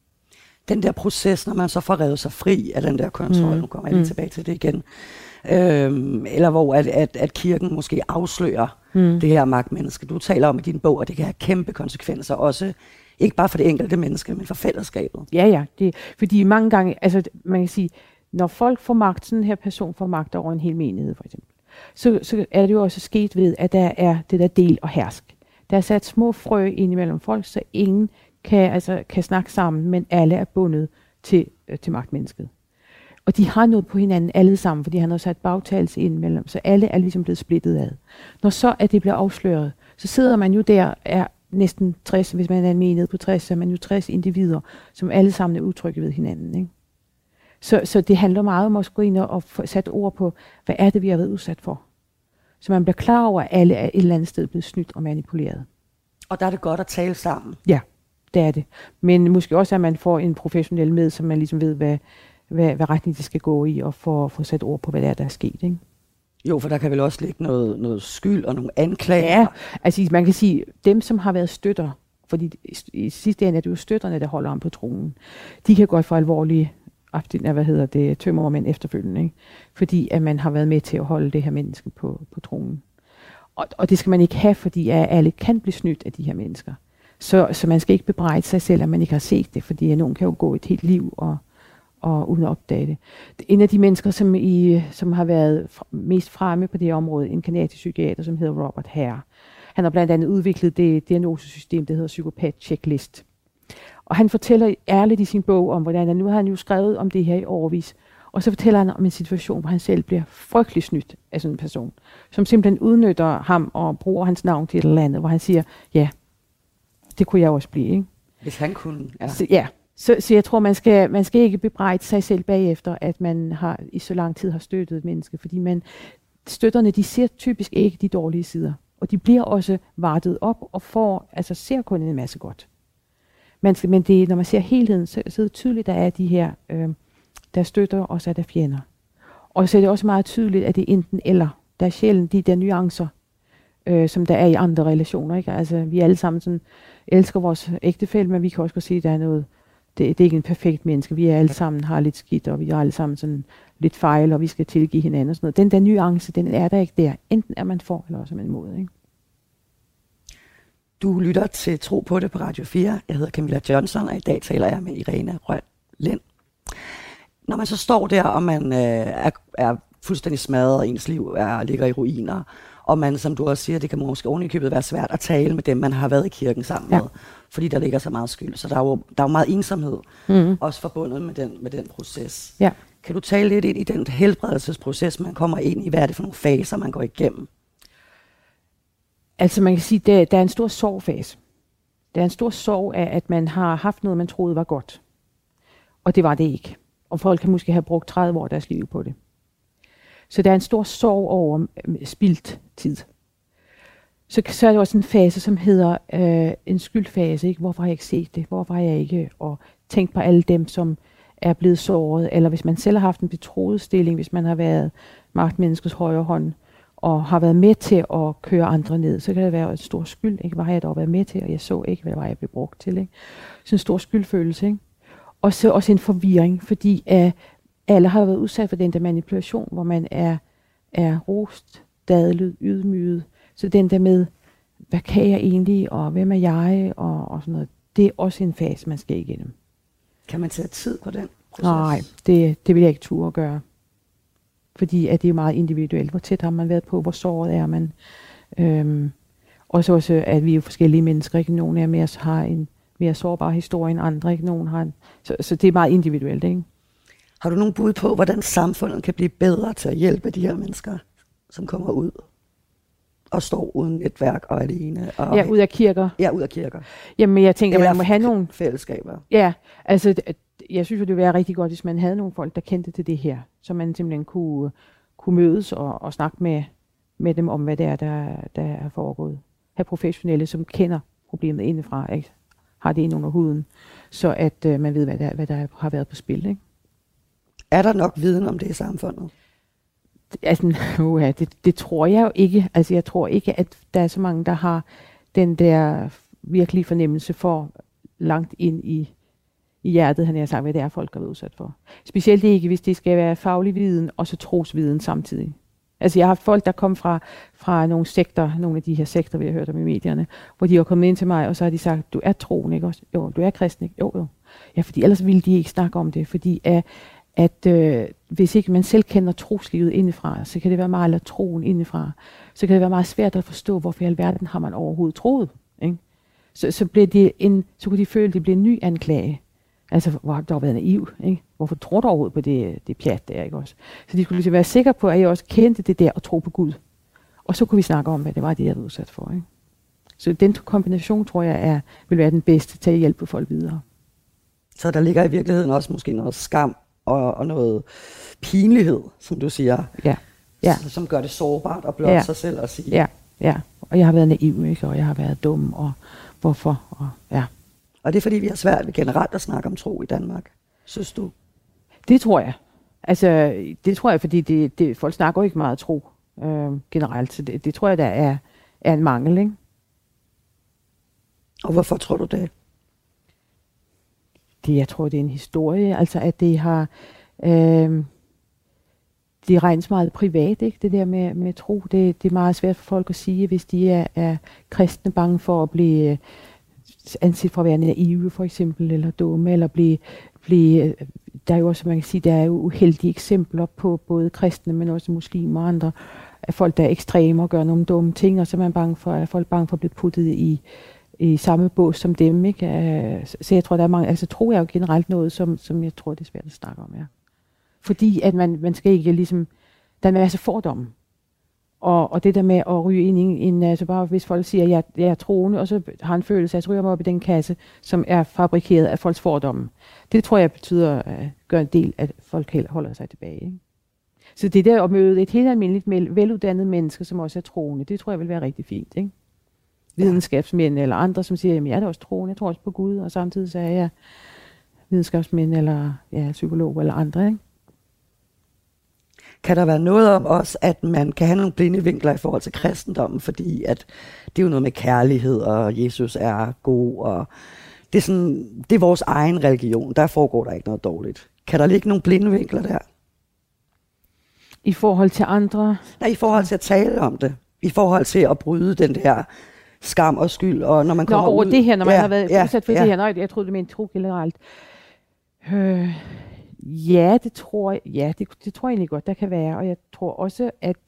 S2: Den der proces, når man så får revet sig fri af den der kontrol, nu kommer jeg lige tilbage til det igen, eller hvor at kirken måske afslører det her magtmenneske. Du taler om i din bog, at det kan have kæmpe konsekvenser, også ikke bare for det enkelte menneske, men for fællesskabet.
S1: Ja, fordi mange gange, altså man kan sige, når folk får magt, sådan her person får magt over en hel menighed for eksempel, så er det jo også sket ved, at der er det der del og hersk. Der er sat små frø ind imellem folk, så ingen kan snakke sammen, men alle er bundet til magtmennesket. Og de har noget på hinanden alle sammen, fordi han har sat bagtagelse ind imellem, så alle er ligesom blevet splittet ad. Når så at det bliver afsløret, så sidder man jo der, er næsten 60, hvis man er en menighed på 60, så er man jo 60 individer, som alle sammen er utrygge ved hinanden, ikke? Så det handler meget om at gå ind og få sat ord på, hvad er det, vi har været udsat for. Så man bliver klar over, at alle er et eller andet sted blevet snydt og manipuleret.
S2: Og der er det godt at tale sammen.
S1: Ja, det er det. Men måske også, at man får en professionel med, så man ligesom ved, hvad retning det skal gå i, og få sat ord på, hvad der er sket, ikke?
S2: Jo, for der kan vel også ligge noget skyld og nogle anklager.
S1: Ja, altså man kan sige, dem som har været støtter, fordi i sidste ende er det jo støtterne, der holder om på tronen, de kan godt få alvorlige tømmermænd efterfølgende, ikke? Fordi at man har været med til at holde det her menneske på tronen. Og det skal man ikke have, fordi alle kan blive snydt af de her mennesker. Så man skal ikke bebrejde sig selv, at man ikke har set det, fordi nogen kan jo gå et helt liv og uden at opdage det. En af de mennesker, som har været mest fremme på det område, en kanadisk psykiater, som hedder Robert Hare. Han har blandt andet udviklet det diagnosesystem, der hedder Psykopat Checklist. Og han fortæller ærligt i sin bog om, hvordan nu har han jo skrevet om det her i årevis. Og så fortæller han om en situation, hvor han selv bliver frygtelig snydt af sådan en person, som simpelthen udnytter ham og bruger hans navn til et eller andet, hvor han siger, ja, det kunne jeg også blive, ikke?
S2: Hvis han kunne,
S1: ja. Så jeg tror, man skal ikke bebrejde sig selv bagefter, at man i så lang tid har støttet et menneske, fordi støtterne, de ser typisk ikke de dårlige sider, og de bliver også vartet op og ser kun en masse godt. Men det, når man ser helheden, så er det tydeligt, at der er de her, der støtter, og så er der fjender. Og så er det også meget tydeligt, at det er enten eller. Der er sjældent de der nuancer, som der er i andre relationer, ikke? Altså, vi alle sammen sådan, elsker vores ægtefælle, men vi kan også godt se, at der er noget, det er ikke en perfekt menneske. Vi er alle sammen har lidt skidt, og vi er alle sammen sådan lidt fejl, og vi skal tilgive hinanden og sådan noget. Den der nuance, den er der ikke der. Enten er man for, eller også er man imod, ikke?
S2: Du lytter til Tro på det på Radio 4. Jeg hedder Camilla Johnson, og i dag taler jeg med Irene Røhl Lind. Når man så står der, og man er fuldstændig smadret, og ens liv ligger i ruiner, og man, som du også siger, det kan måske ovenikøbet være svært at tale med dem, man har været i kirken sammen med, fordi der ligger så meget skyld. Så der er jo meget ensomhed, også forbundet med den proces. Ja. Kan du tale lidt ind i den helbredelsesproces, man kommer ind i? Hvad er det for nogle faser, man går igennem?
S1: Altså man kan sige, at der er en stor sorgfase. Der er en stor sorg af, at man har haft noget, man troede var godt. Og det var det ikke. Og folk kan måske have brugt 30 år af deres liv på det. Så der er en stor sorg over spildt tid. Så er der også en fase, som hedder en skyldfase. Ikke? Hvorfor har jeg ikke set det? Hvorfor har jeg ikke tænkt på alle dem, som er blevet såret, eller hvis man selv har haft en betroet stilling, hvis man har været magtmenneskets højre hånd, og har været med til at køre andre ned, så kan det være en stor skyld, ikke? Hvad har jeg dog været med til, og jeg så ikke, hvad var jeg blev brugt til, ikke? Så en stor skyldfølelse, ikke? Og så også en forvirring, fordi alle har været udsat for den der manipulation, hvor man er rost, dadlet, ydmyget. Så den der med, hvad kan jeg egentlig, og hvem er jeg, og sådan noget, det er også en fase, man skal igennem.
S2: Kan man tage tid på den proces?
S1: Nej, det vil jeg ikke turde at gøre. Fordi at det er jo meget individuelt. Hvor tæt har man været på, hvor såret er man. Og så også, at vi er jo forskellige mennesker. Ikke? Nogle af os har en mere sårbar historie end andre. Ikke? Nogen har så det er meget individuelt. Ikke?
S2: Har du nogen bud på, hvordan samfundet kan blive bedre til at hjælpe de her mennesker, som kommer ud og står uden netværk og alene? Og
S1: ja, ud af kirker.
S2: Ja, ud af kirker.
S1: Jamen, jeg tænker,
S2: eller
S1: man må have nogle
S2: fællesskaber.
S1: Ja, altså jeg synes jo, det ville være rigtig godt, hvis man havde nogle folk, der kendte til det her, så man simpelthen kunne mødes og snakke med dem om, hvad det er, der er foregået. Have professionelle, som kender problemet indefra, ikke? Har det ind under huden, så at man ved, hvad der har været på spil. Ikke?
S2: Er der nok viden om det i samfundet?
S1: Altså, det tror jeg jo ikke. Altså, jeg tror ikke, at der er så mange, der har den der virkelige fornemmelse for langt ind i hjertet, han har sagt, hvad det er, folk har været udsat for. Specielt ikke, hvis det skal være faglig viden, og så trosviden samtidig. Altså, jeg har haft folk, der kom fra nogle sekter, nogle af de her sekter, vi har hørt om i medierne, hvor de har kommet ind til mig, og så har de sagt, du er troen, ikke også? Jo, du er kristen, ikke? Jo. Ja, fordi ellers ville de ikke snakke om det, fordi at hvis ikke man selv kender troslivet indefra, så kan det være meget, eller troen indefra, så kan det være meget svært at forstå, hvorfor i alverden har man overhovedet troet, ikke? Så kunne de føle, at det blev en ny anklage. Altså, hvor har du været naiv, ikke? Hvorfor tror du overhovedet på det pjat der, ikke også? Så de skulle ligesom være sikre på, at jeg også kendte det der og tro på Gud. Og så kunne vi snakke om, hvad det var, det jeg var udsat for, ikke? Så den kombination, tror jeg, vil være den bedste til at hjælpe folk videre.
S2: Så der ligger i virkeligheden også måske noget skam og noget pinlighed, som du siger,
S1: ja.
S2: Som gør det sårbart at blot sig selv at sige.
S1: Ja. Og jeg har været naiv, ikke? Og jeg har været dum, og hvorfor, og ja.
S2: Og det er fordi, vi har svært ved generelt at snakke om tro i Danmark, synes du?
S1: Det tror jeg. Altså, det tror jeg, fordi folk snakker jo ikke meget tro generelt, så det tror jeg, der er en mangel, ikke?
S2: Og hvorfor tror du det?
S1: Jeg tror, det er en historie, altså at det har... det regnes meget privat, ikke? Det der med tro. Det er meget svært for folk at sige, hvis de er kristne bange for at blive anset for at være naive, for eksempel, eller dumme, eller blive der er jo også, man kan sige, der er jo uheldige eksempler på både kristne, men også muslimer og andre, at folk, der er ekstreme og gør nogle dumme ting, og så er man bange for, at folk er bange for at blive puttet i samme bås som dem, ikke? Så jeg tror, der er mange, altså tro er jo generelt noget, som jeg tror, det er svært at snakke om, ja. Fordi at man skal ikke ligesom, der er en masse fordomme. Og det der med at ryge ind i en, altså bare hvis folk siger, at jeg er troende, og så har en følelse af, at jeg ryger mig op i den kasse, som er fabrikeret af folks fordomme. Det tror jeg betyder, gør en del, at folk holder sig tilbage. Ikke? Så det der at møde et helt almindeligt, veluddannet menneske, som også er troende, det tror jeg vil være rigtig fint. Ikke? Videnskabsmænd eller andre, som siger, at jeg er da også troende, jeg tror også på Gud, og samtidig så er jeg videnskabsmænd eller psykolog eller andre, ikke?
S2: Kan der være noget om også, at man kan have nogle blinde vinkler i forhold til kristendommen, fordi at det er jo noget med kærlighed, og Jesus er god, og det er vores egen religion, der foregår der ikke noget dårligt. Kan der ligge nogle blinde vinkler der?
S1: I forhold til andre?
S2: Nej, i forhold til at tale om det. I forhold til at bryde den der skam og skyld, og når man kommer
S1: over
S2: ud...
S1: det her, når man har været udsat for det her. Nej, jeg troede, det mente tro generelt. Ja, det tror jeg egentlig godt, der kan være. Og jeg tror også, at...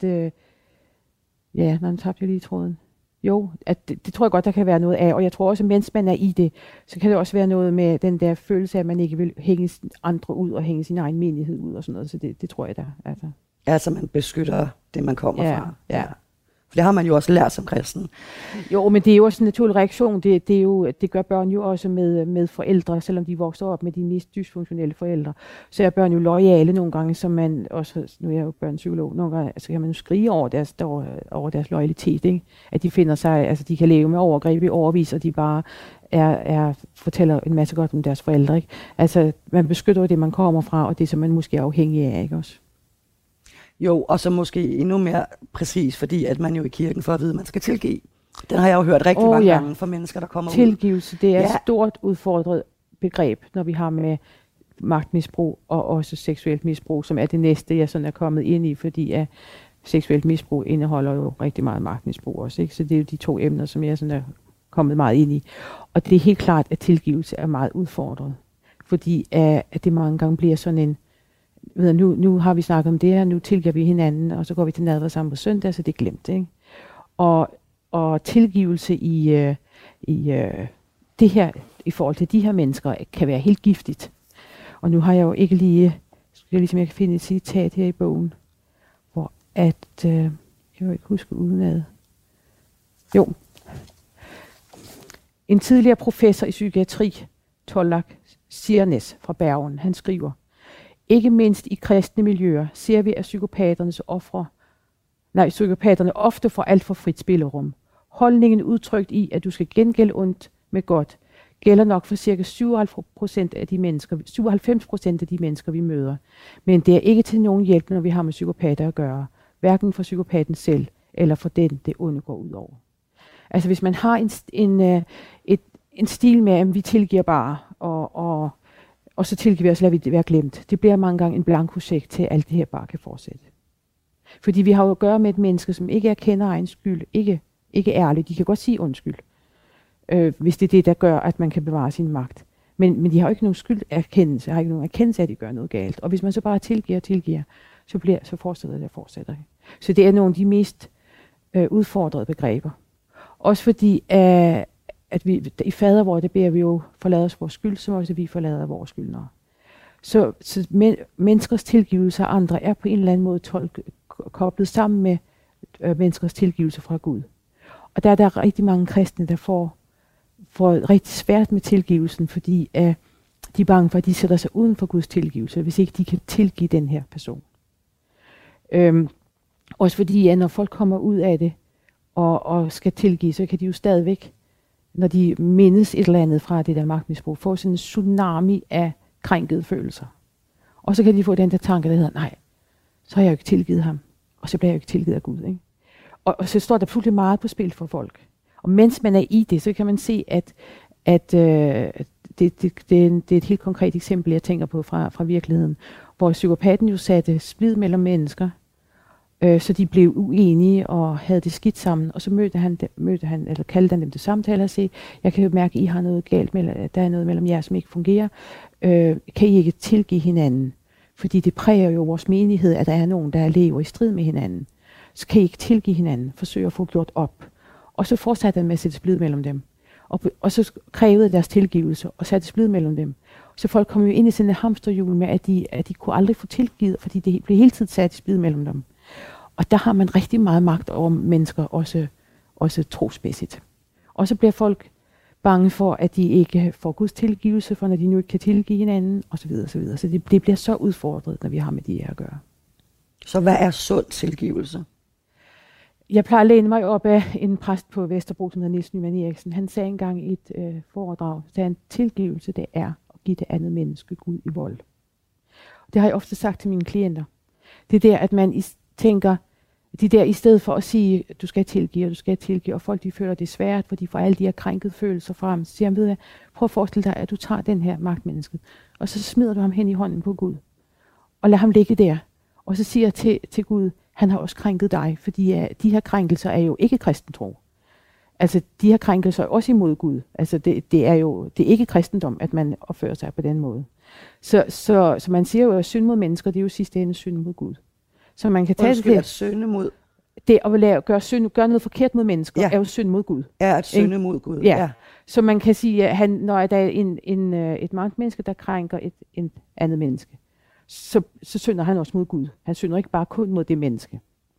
S1: nu tabte jeg lige tråden. Jo, at det tror jeg godt, der kan være noget af. Og jeg tror også, mens man er i det, så kan det også være noget med den der følelse af, at man ikke vil hænge andre ud og hænge sin egen menighed ud og sådan noget. Så det tror jeg, der er. Altså
S2: man beskytter det, man kommer fra.
S1: Ja.
S2: For det har man jo også lært som kristen.
S1: Jo, men det er jo også en naturlig reaktion. Det gør børn jo også med forældre, selvom de vokser op med de mest dysfunktionelle forældre. Så er børn jo loyale nogle gange, som man også, nu er jeg jo børnepsykolog, nogle gange altså kan man jo skrige over deres loyalitet, ikke? At de finder sig, altså de kan leve med overgreb i overvis, og de bare fortæller en masse godt om deres forældre, ikke? Altså man beskytter jo det, man kommer fra, og det, som man måske er afhængig af, ikke også?
S2: Jo, og så måske endnu mere præcis, fordi at man jo i kirken får at vide, at man skal tilgive. Den har jeg jo hørt rigtig mange gange fra mennesker, der kommer
S1: Tilgivelse, det er et stort udfordret begreb, når vi har med magtmisbrug og også seksuelt misbrug, som er det næste, jeg sådan er kommet ind i, fordi at seksuelt misbrug indeholder jo rigtig meget magtmisbrug også, ikke? Så det er jo de to emner, som jeg sådan er kommet meget ind i. Og det er helt klart, at tilgivelse er meget udfordret, fordi at det mange gange bliver sådan en nu har vi snakket om det her, nu tilgiver vi hinanden, og så går vi til nadver sammen på søndag, så det er glemt, ikke? Og tilgivelse i det her, i forhold til de her mennesker, kan være helt giftigt. Og nu har jeg jo ikke lige, ligesom jeg kan finde et citat her i bogen, hvor at, jeg kan jo ikke huske udenad. Jo. En tidligere professor i psykiatri, Tollak Sirnes fra Bergen, han skriver: ikke mindst i kristne miljøer ser vi, at psykopaterne ofte får alt for frit spillerum. Holdningen udtrykt i, at du skal gengælde ondt med godt, gælder nok for ca. 97% af de mennesker, vi møder. Men det er ikke til nogen hjælp, når vi har med psykopater at gøre. Hverken for psykopaten selv, eller for den, det onde går ud over. Altså hvis man har en stil med, at vi tilgiver bare, og så tilgiver vi os, lader vi det være glemt. Det bliver mange gange en blankocheck til, at alt det her bare kan fortsætte. Fordi vi har jo at gøre med et menneske, som ikke erkender egen skyld, ikke ærligt. De kan godt sige undskyld, hvis det er det, der gør, at man kan bevare sin magt. Men de har jo ikke nogen skylderkendelse, har ikke nogen erkendelse af, at de gør noget galt. Og hvis man så bare tilgiver, så fortsætter det og fortsætter. Så det er nogle af de mest udfordrede begreber. Også fordi, at vi i fadervor, der beder vi jo forlade os vores skyld, som også vi forlader vores skyldnere. Så menneskers tilgivelse af andre er på en eller anden måde koblet sammen med menneskers tilgivelse fra Gud. Og der er der rigtig mange kristne, der får rigtig svært med tilgivelsen, fordi de er bange for, at de sætter sig uden for Guds tilgivelse, hvis ikke de kan tilgive den her person. Også fordi, når folk kommer ud af det og skal tilgive, så kan de jo stadigvæk, når de mindes et eller andet fra det der magtmisbrug, få sådan en tsunami af krænkede følelser. Og så kan de få den der tanke, der hedder, nej, så har jeg jo ikke tilgivet ham, og så bliver jeg jo ikke tilgivet af Gud, ikke? Og så står der pludselig meget på spil for folk. Og mens man er i det, så kan man se, at det er et helt konkret eksempel, jeg tænker på fra virkeligheden, hvor psykopaten jo satte splid mellem mennesker, så de blev uenige og havde det skidt sammen, og så kaldte han dem til samtale og sagde, jeg kan jo mærke, at I har noget galt, der er noget mellem jer, som ikke fungerer. Kan I ikke tilgive hinanden? Fordi det præger jo vores menighed, at der er nogen, der lever i strid med hinanden. Så kan I ikke tilgive hinanden, forsøge at få gjort op. Og så fortsatte han med at sætte splid mellem dem. Og så krævede deres tilgivelse og satte splid mellem dem. Så folk kom jo ind i sådan et hamsterhjul med, at de kunne aldrig få tilgivet, fordi det blev hele tiden sat i splid mellem dem. Og der har man rigtig meget magt over mennesker, også trosmæssigt. Og så bliver folk bange for, at de ikke får Guds tilgivelse, for når de nu ikke kan tilgive hinanden, osv. osv. Så det bliver så udfordret, når vi har med de her at gøre.
S2: Så hvad er sund tilgivelse?
S1: Jeg plejer at læne mig op af en præst på Vesterbro, som hedder Niels Nyman Eriksen. Han sagde engang i et foredrag, at en tilgivelse, det er at give det andet menneske Gud i vold. Det har jeg ofte sagt til mine klienter. Det er der, at man tænker, de der i stedet for at sige, du skal tilgive, og folk de føler det svært, for de får alle de her krænkede følelser frem. Så siger han, ved jeg, prøv at forestille dig, at du tager den her magtmenneske, og så smider du ham hen i hånden på Gud, og lad ham ligge der. Og så siger jeg til Gud, han har også krænket dig, fordi de her krænkelser er jo ikke kristentro. Altså, de her krænkelser er også imod Gud. Altså, det er ikke kristendom, at man opfører sig på den måde. Så man siger jo, at synd mod mennesker, det er jo sidste ende synd mod Gud. Så man kan tage det.
S2: At synde mod.
S1: Det at gøre noget forkert mod mennesker, er jo synd mod Gud.
S2: Ja, at synde mod Gud.
S1: Ja. Så man kan sige, at når der er et menneske, der krænker et andet menneske, så synder han også mod Gud. Han synder ikke bare kun mod det menneske.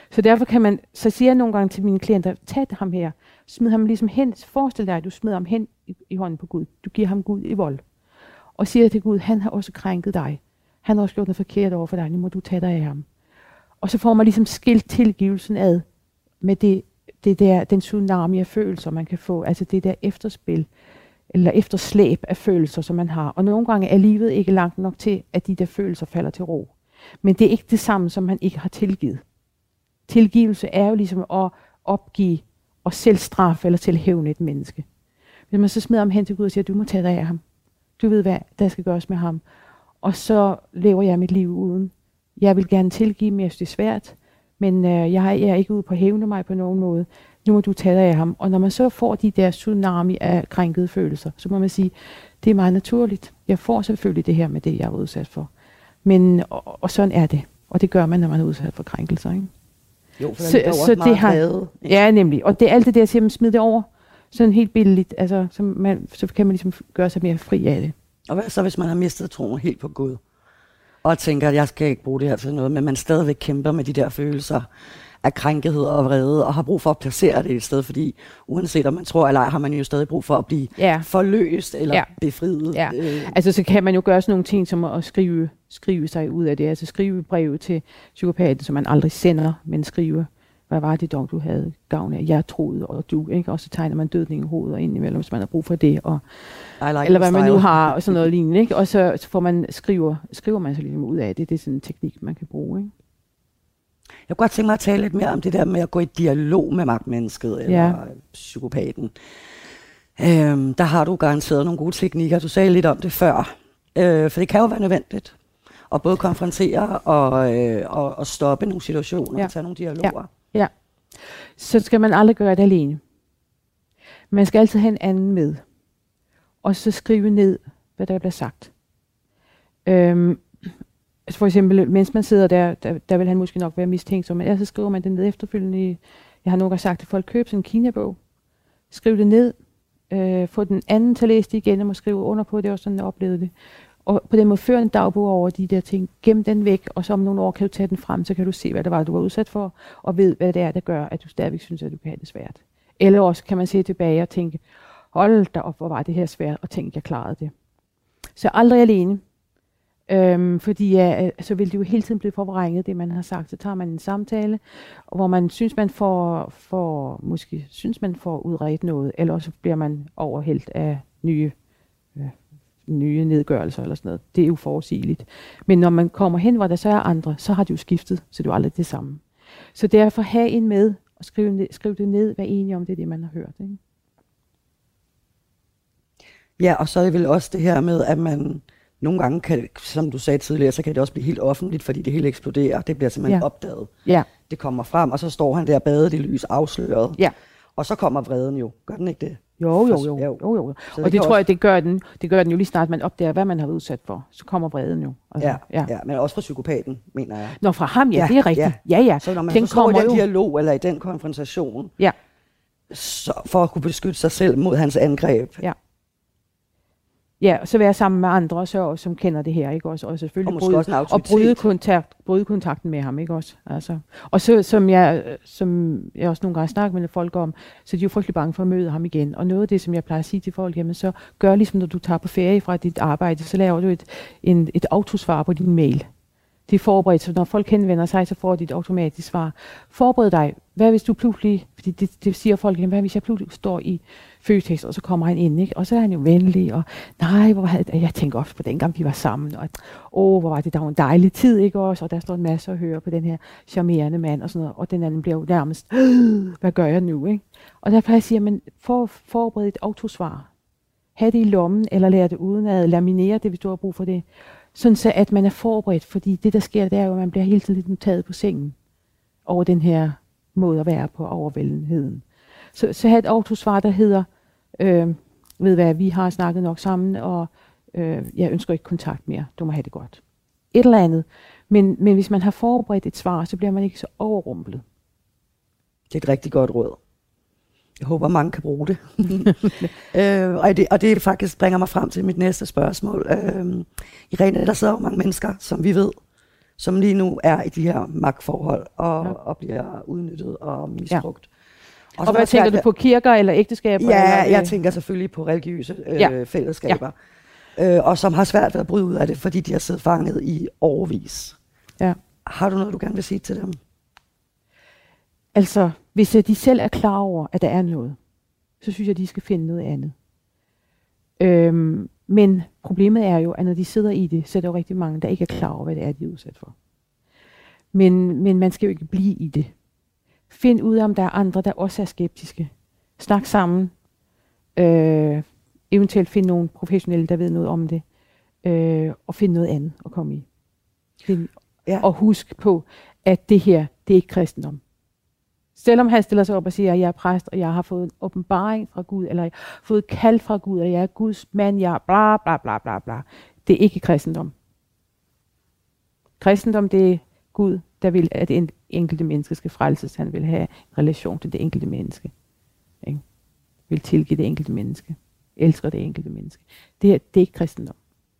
S1: Så derfor kan man, så siger jeg nogle gange til mine klienter, tag ham her, smid ham ligesom hen, forestil dig, at du smider ham hen i hånden på Gud. Du giver ham Gud i vold. Og siger til Gud, han har også krænket dig. Han har også gjort noget forkert over for dig, nu må du tage dig af ham. Og så får man ligesom skilt tilgivelsen ad med det der, den tsunami af følelser, man kan få, altså det der efterspil, eller efterslæb af følelser, som man har. Og nogle gange er livet ikke langt nok til, at de der følelser falder til ro. Men det er ikke det samme, som man ikke har tilgivet. Tilgivelse er jo ligesom at opgive og selv straffe eller tilhævne et menneske. Hvis man så smider ham hen til Gud og siger, du må tage dig af ham. Du ved, hvad der skal gøres med ham. Og så lever jeg mit liv uden. Jeg vil gerne tilgive, men jeg synes, det er svært. Men jeg er ikke ude på at hævne mig på nogen måde. Nu må du tage dig af ham. Og når man så får de der tsunami af krænkede følelser, så må man sige, det er meget naturligt. Jeg får selvfølgelig det her med det, jeg er udsat for. Men, og sådan er det. Og det gør man, når man er udsat for krænkelser, ikke?
S2: Jo, for der er også meget vrede.
S1: Ja, nemlig. Og det er alt det der, siger man, smid det over. Sådan helt billigt. Altså, så kan man ligesom gøre sig mere fri af det.
S2: Og hvad så, hvis man har mistet troen helt på Gud? Og tænker, at jeg skal ikke bruge det her til noget, men man stadigvæk kæmper med de der følelser af krænkethed og vrede, og har brug for at placere det et sted, fordi uanset om man tror eller ej, har man jo stadig brug for at blive forløst eller befriet. Ja.
S1: Altså så kan man jo gøre sådan nogle ting som at skrive sig ud af det, altså skrive brev til psykopaten, som man aldrig sender, men skrive, hvad var det dog, du havde gavn af? Jeg troede, og du, ikke? Og så tegner man dødning i hovedet og indimellem, hvis man har brug for det, og eller hvad man nu har, og sådan noget lignende, ikke? Og så får man skriver man sig ligesom ud af det. Det er sådan en teknik, man kan bruge, ikke?
S2: Jeg kunne godt tænke mig at tale lidt mere om det der med at gå i dialog med magtmennesket eller psykopaten. Der har du garanteret nogle gode teknikker. Du sagde lidt om det før. For det kan jo være nødvendigt at både konfrontere og stoppe nogle situationer og tage nogle dialoger.
S1: Ja. Så skal man aldrig gøre det alene. Man skal altid have en anden med. Og så skrive ned, hvad der bliver sagt. For eksempel, mens man sidder der vil han måske nok være mistænksom, men så skriver man det ned efterfølgende. Jeg har nogle gange sagt til folk, køb sådan en Kina-bog. Skriv det ned. Få den anden til at læse det igen, og må skrive under på det, og sådan jeg oplevede det. Og på den måde føre en dagbog over de der ting. Gem den væk, og så om nogle år kan du tage den frem, så kan du se, hvad det var, du var udsat for, og ved, hvad det er, der gør, at du stadigvæk synes, at du kan have det svært. Eller også kan man se tilbage og tænke, hold da op, hvor var det her svært, og tænke, jeg klarede det. Så aldrig alene. Fordi så vil det jo hele tiden blive forvrænget, det man har sagt. Så tager man en samtale, hvor man synes, man får udredt noget, eller så bliver man overhældt af nye nedgørelser eller sådan noget. Det er jo uforudsigeligt. Men når man kommer hen, hvor der så er andre, så har det jo skiftet, så det er jo aldrig det samme. Så derfor have en med, og skriv det ned, hvad enige om det, man har hørt. Ikke?
S2: Ja, og så er det vel også det her med, at man nogle gange kan, som du sagde tidligere, så kan det også blive helt offentligt, fordi det hele eksploderer. Det bliver simpelthen opdaget. Ja. Det kommer frem, og så står han der badet i lys, afsløret. Ja. Og så kommer vreden jo. Gør den ikke det?
S1: Jo. Og det tror jeg, det gør den jo lige snart, man opdager, hvad man har været udsat for. Så kommer vreden jo. Altså,
S2: ja, men også fra psykopaten, mener jeg.
S1: Nå, fra ham, ja, det er rigtigt. Ja.
S2: Så når man står i den dialog, eller i den konfrontation, så for at kunne beskytte sig selv mod hans angreb.
S1: Ja, og så være sammen med andre, som kender det her, ikke også? Og selvfølgelig bryde kontakten med ham, ikke også? Altså. Og så, som jeg også nogle gange snakker med folk om, så de er jo frygtelig bange for at møde ham igen. Og noget af det, som jeg plejer at sige til folk, jamen så gør ligesom, når du tager på ferie fra dit arbejde, så laver du et autosvar på din mail. Det er forberedt, så når folk henvender sig, så får de et automatisk svar. Forbered dig. Hvad hvis du pludselig, fordi det siger folk, jamen, hvad hvis jeg pludselig står i Føtex, og så kommer han ind, ikke? Og så er han jo venlig, og jeg tænker ofte på dengang, vi var sammen, og hvor var det, der var en dejlig tid, ikke også? Og der står en masse at høre på den her charmerende mand, og sådan noget, og den anden bliver jo nærmest, hvad gør jeg nu, ikke? Og der plejer jeg at sige, men forbered et autosvar. Ha' det i lommen, eller lær det uden at laminere det, hvis du har brug for det. Sådan så, at man er forberedt, fordi det, der sker, det er jo, at man bliver hele tiden lidt taget på sengen over den her måde at være på, overvældenheden. Så have et autosvar, der hedder, ved hvad, vi har snakket nok sammen, og jeg ønsker ikke kontakt mere, du må have det godt. Et eller andet. Men hvis man har forberedt et svar, så bliver man ikke så overrumplet.
S2: Det er et rigtig godt råd. Jeg håber, mange kan bruge det. og det faktisk bringer mig frem til mit næste spørgsmål. Irene, der sidder jo mange mennesker, som vi ved, som lige nu er i de her magtforhold og bliver udnyttet og misbrugt. Ja.
S1: Og hvad tænker du på, kirker eller ægteskaber?
S2: Ja,
S1: eller?
S2: Jeg tænker selvfølgelig på religiøse fællesskaber, og som har svært ved at bryde ud af det, fordi de har siddet fanget i årevis. Ja. Har du noget, du gerne vil sige til dem?
S1: Altså, hvis de selv er klar over, at der er noget, så synes jeg, de skal finde noget andet. Men problemet er jo, at når de sidder i det, så er der jo rigtig mange, der ikke er klar over, hvad det er, de er udsat for. Men man skal jo ikke blive i det. Find ud af, om der er andre, der også er skeptiske. Snak sammen. Eventuelt find nogle professionelle, der ved noget om det. Og find noget andet at komme i. Og husk på, at det her, det er ikke kristendom. Selvom han stiller sig op og siger, at jeg er præst, og jeg har fået en åbenbaring fra Gud, eller jeg har fået kald fra Gud, eller jeg er Guds mand, jeg er bla bla bla bla bla. Det er ikke kristendom. Kristendom, det er Gud, der vil, at det enkelte menneske skal frelses. Han vil have en relation til det enkelte menneske. Ikke? Vil tilgive det enkelte menneske. Elsker det enkelte menneske. Det er ikke kristendom.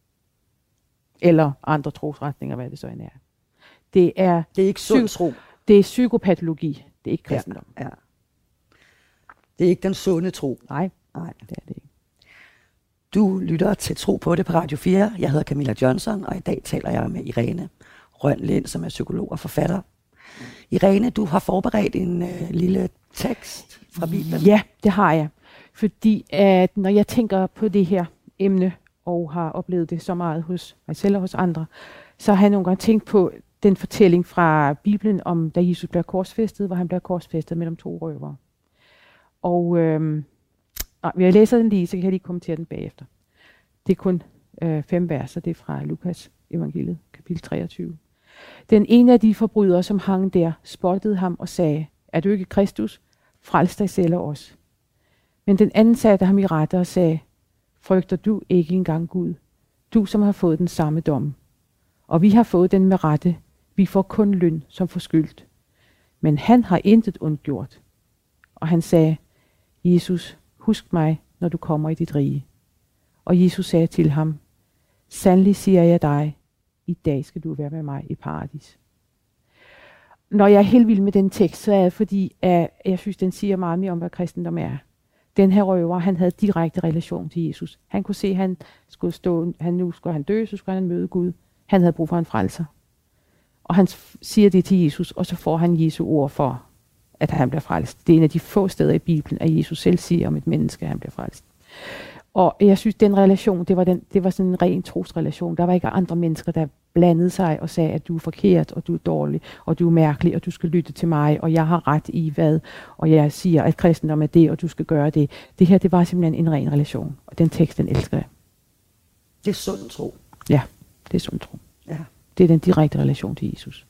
S1: Eller andre trosretninger, hvad det så end er. Det er
S2: ikke sund tro.
S1: Det er psykopatologi. Det er ikke kristendom.
S2: Ja. Det er ikke den sunde tro.
S1: Nej, det er det ikke.
S2: Du lytter til Tro på det på Radio 4. Jeg hedder Camilla Johnson, og i dag taler jeg med Irene Rønlind, som er psykolog og forfatter. Irene, du har forberedt en lille tekst fra Bibelen.
S1: Ja, det har jeg. Fordi at når jeg tænker på det her emne, og har oplevet det så meget hos mig selv og hos andre, så har jeg nogle gange tænkt på den fortælling fra Bibelen om, da Jesus bliver korsfæstet, hvor han bliver korsfæstet mellem 2 røvere. Og jeg læser den lige, så kan jeg lige kommentere den bagefter. Det er kun 5 verser, det er fra Lukas evangeliet, kapitel 23. Den ene af de forbrydere, som hang der, spottede ham og sagde, er du ikke Kristus? Frels dig selv og os. Men den anden satte ham i rette og sagde, frygter du ikke engang Gud? Du, som har fået den samme dom. Og vi har fået den med rette. Vi får kun løn som forskyldt. Men han har intet ondt gjort. Og han sagde, Jesus, husk mig, når du kommer i dit rige. Og Jesus sagde til ham, sandelig siger jeg dig, i dag skal du være med mig i paradis. Når jeg er helt vild med den tekst, så er det fordi, at jeg synes, den siger meget mere om, hvad kristendom er. Den her røver, han havde direkte relation til Jesus. Han kunne se, at han skulle nu skulle han dø, så skulle han møde Gud. Han havde brug for en frelser. Og han siger det til Jesus, og så får han Jesu ord for, at han bliver frelst. Det er en af de få steder i Bibelen, at Jesus selv siger om et menneske, at han bliver frelst. Og jeg synes, den relation, det var sådan en ren trosrelation. Der var ikke andre mennesker, der blandede sig og sagde, at du er forkert, og du er dårlig, og du er mærkelig, og du skal lytte til mig, og jeg har ret i hvad, og jeg siger, at kristendom er det, og du skal gøre det. Det her, det var simpelthen en ren relation, og den tekst, den elsker jeg.
S2: Det er sund tro.
S1: Ja, det er sund tro.
S2: Ja.
S1: Det er den direkte relation til Jesus.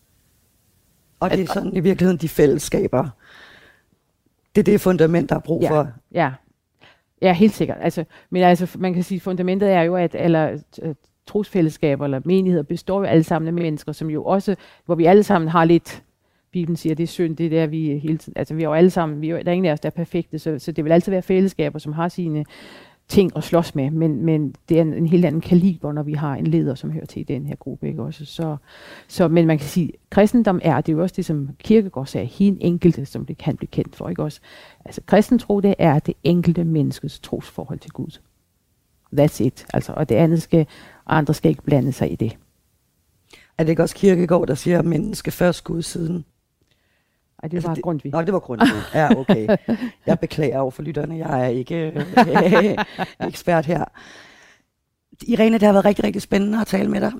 S2: Og det er sådan i virkeligheden de fællesskaber. Det er det fundament, der er brug for.
S1: Ja, helt sikkert. Men man kan sige, fundamentet er jo, at trosfællesskaber eller menigheder består jo alle sammen af mennesker, som jo også, hvor vi alle sammen har lidt, Bibelen siger, det er synd, det er der, vi hele tiden, vi er jo alle sammen, der er ingen af os, der er perfekte, så det vil altid være fællesskaber, som har sine ting at slås med, men det er en helt anden kaliber, når vi har en leder, som hører til i den her gruppe, ikke også? Men man kan sige, kristendom det er jo også det, som Kierkegaard sagde, hin enkelte, som det kan blive kendt for, ikke også? Altså, kristentro, det er det enkelte menneskes trosforhold til Gud. That's it, altså, og det andet andre skal ikke blande sig i det.
S2: Er det ikke også Kierkegaard, der siger, menneske først, Gud siden?
S1: Ej, det var Grundtvig.
S2: Nå, det var Grundtvig. Ja, okay. Jeg beklager over for lytterne. Jeg er ikke ekspert her. Irene, det har været rigtig, rigtig spændende at tale med dig.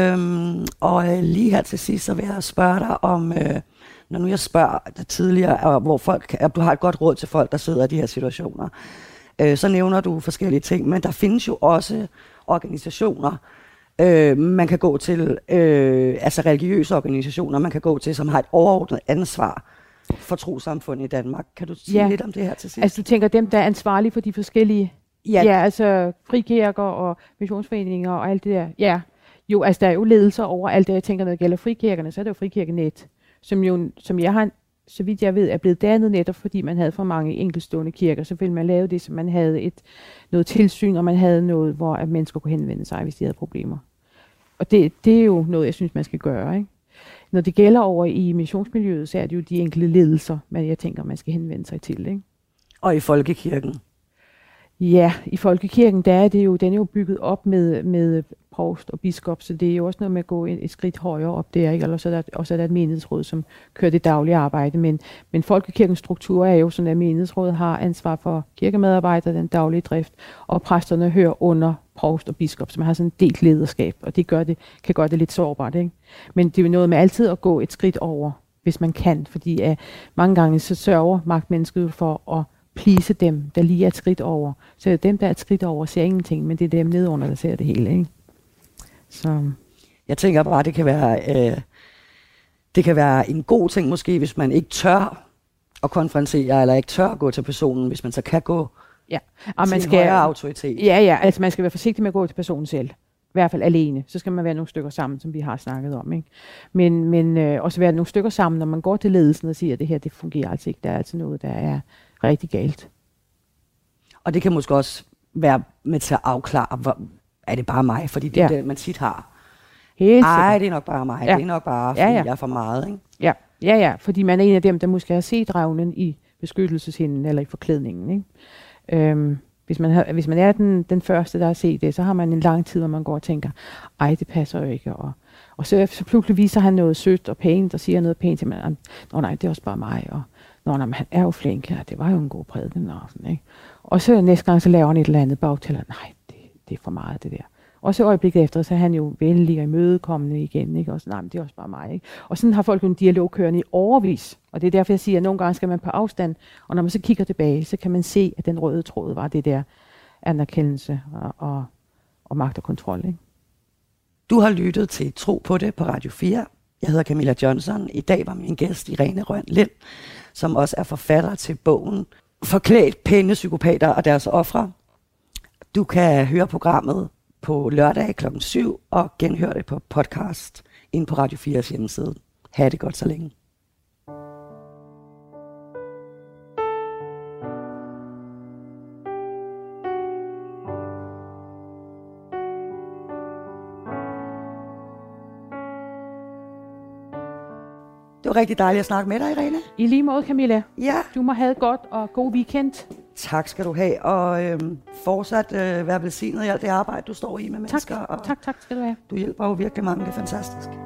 S2: Og lige her til sidst, så vil jeg spørge dig om, når nu jeg spørger dig tidligere, hvor du har et godt råd til folk, der sidder i de her situationer, så nævner du forskellige ting, men der findes jo også organisationer, man kan gå til, altså religiøse organisationer, man kan gå til, som har et overordnet ansvar for trossamfundet i Danmark. Kan du sige lidt om det her til sidst?
S1: Altså du tænker dem, der er ansvarlige for de forskellige, altså frikirker og missionsforeninger og alt det der. Ja, jo, altså der er jo ledelser over alt det, jeg tænker, når det gælder frikirkerne, så er det jo Frikirkenet, som jeg har, så vidt jeg ved, er blevet dannet netop, fordi man havde for mange enkeltstående kirker. Så ville man lave det, så man havde noget tilsyn, og man havde noget, hvor at mennesker kunne henvende sig, hvis de havde problemer. Og det er jo noget, jeg synes, man skal gøre, ikke? Når det gælder over i missionsmiljøet, så er det jo de enkelte ledelser, jeg tænker, man skal henvende sig til, ikke?
S2: Og i folkekirken?
S1: Ja, i folkekirken, den er jo bygget op med provst og biskop, så det er jo også noget med at gå et skridt højere op der, ikke? Eller så er der et menighedsråd, som kører det daglige arbejde, men folkekirkens struktur er jo sådan, at menighedsrådet har ansvar for kirkemedarbejdere, den daglige drift, og præsterne hører under provst og biskop, som har sådan et delt lederskab, og det kan gøre det lidt sårbart, ikke? Men det er jo noget med altid at gå et skridt over, hvis man kan, fordi mange gange så sørger magtmennesket for at please dem, der lige er et skridt over. Så dem, der er et skridt over, ser ingenting, men det er dem nedenunder, der ser det hele, ikke? Så.
S2: Jeg tænker bare, det kan være en god ting måske, hvis man ikke tør at konfrontere, eller ikke tør at gå til personen, hvis man så kan gå til en højere autoritet.
S1: Ja, altså man skal være forsigtig med at gå til personen selv. I hvert fald alene. Så skal man være nogle stykker sammen, som vi har snakket om, ikke? Men også være nogle stykker sammen, når man går til ledelsen og siger, at det her, det fungerer altså ikke. Der er altså noget, der er rigtig galt.
S2: Og det kan måske også være med til at afklare, er det bare mig? Fordi det er det, man tit har. Ej, det er nok bare mig. Ja. Det er nok bare, fordi jeg er for meget, ikke?
S1: Ja, fordi man er en af dem, der måske har set ravnen i beskyttelseshinden eller i forklædningen, ikke? Hvis man er den første, der har set det, så har man en lang tid, hvor man går og tænker, ej, det passer jo ikke. Og så pludselig viser han noget sødt og pænt, og siger noget pænt til mig. Nej, det er også bare mig. Og han er jo flink, ja, det var jo en god prædiken. Og sådan, ikke? Og så næste gang, så laver han et eller andet bagtæller. Nej, det er for meget, det der. Og så øjeblikket efter, så er han jo venlig og imødekommende igen, ikke? Og så, nej, men det er også bare mig, ikke? Og sådan har folk jo en dialog kørende i overvis. Og det er derfor, jeg siger, at nogle gange skal man på afstand, og når man så kigger tilbage, så kan man se, at den røde tråd var det der anerkendelse og magt og kontrol, ikke?
S2: Du har lyttet til Tro på det på Radio 4. Jeg hedder Camilla Johnson. I dag var min gæst Irene Rønn Lind, som også er forfatter til bogen Forklædt pæne psykopater og deres ofre. Du kan høre programmet på lørdag kl. 7 og genhøre det på podcast inde på Radio 4's hjemmeside. Ha' det godt så længe. Det var rigtig dejligt at snakke med dig, Irene.
S1: I lige måde, Camilla.
S2: Ja.
S1: Du må have det godt og god weekend.
S2: Tak skal du have, og fortsat være velsignet i alt det arbejde, du står i med mennesker.
S1: Tak skal du have.
S2: Du hjælper jo virkelig mange, det er fantastisk.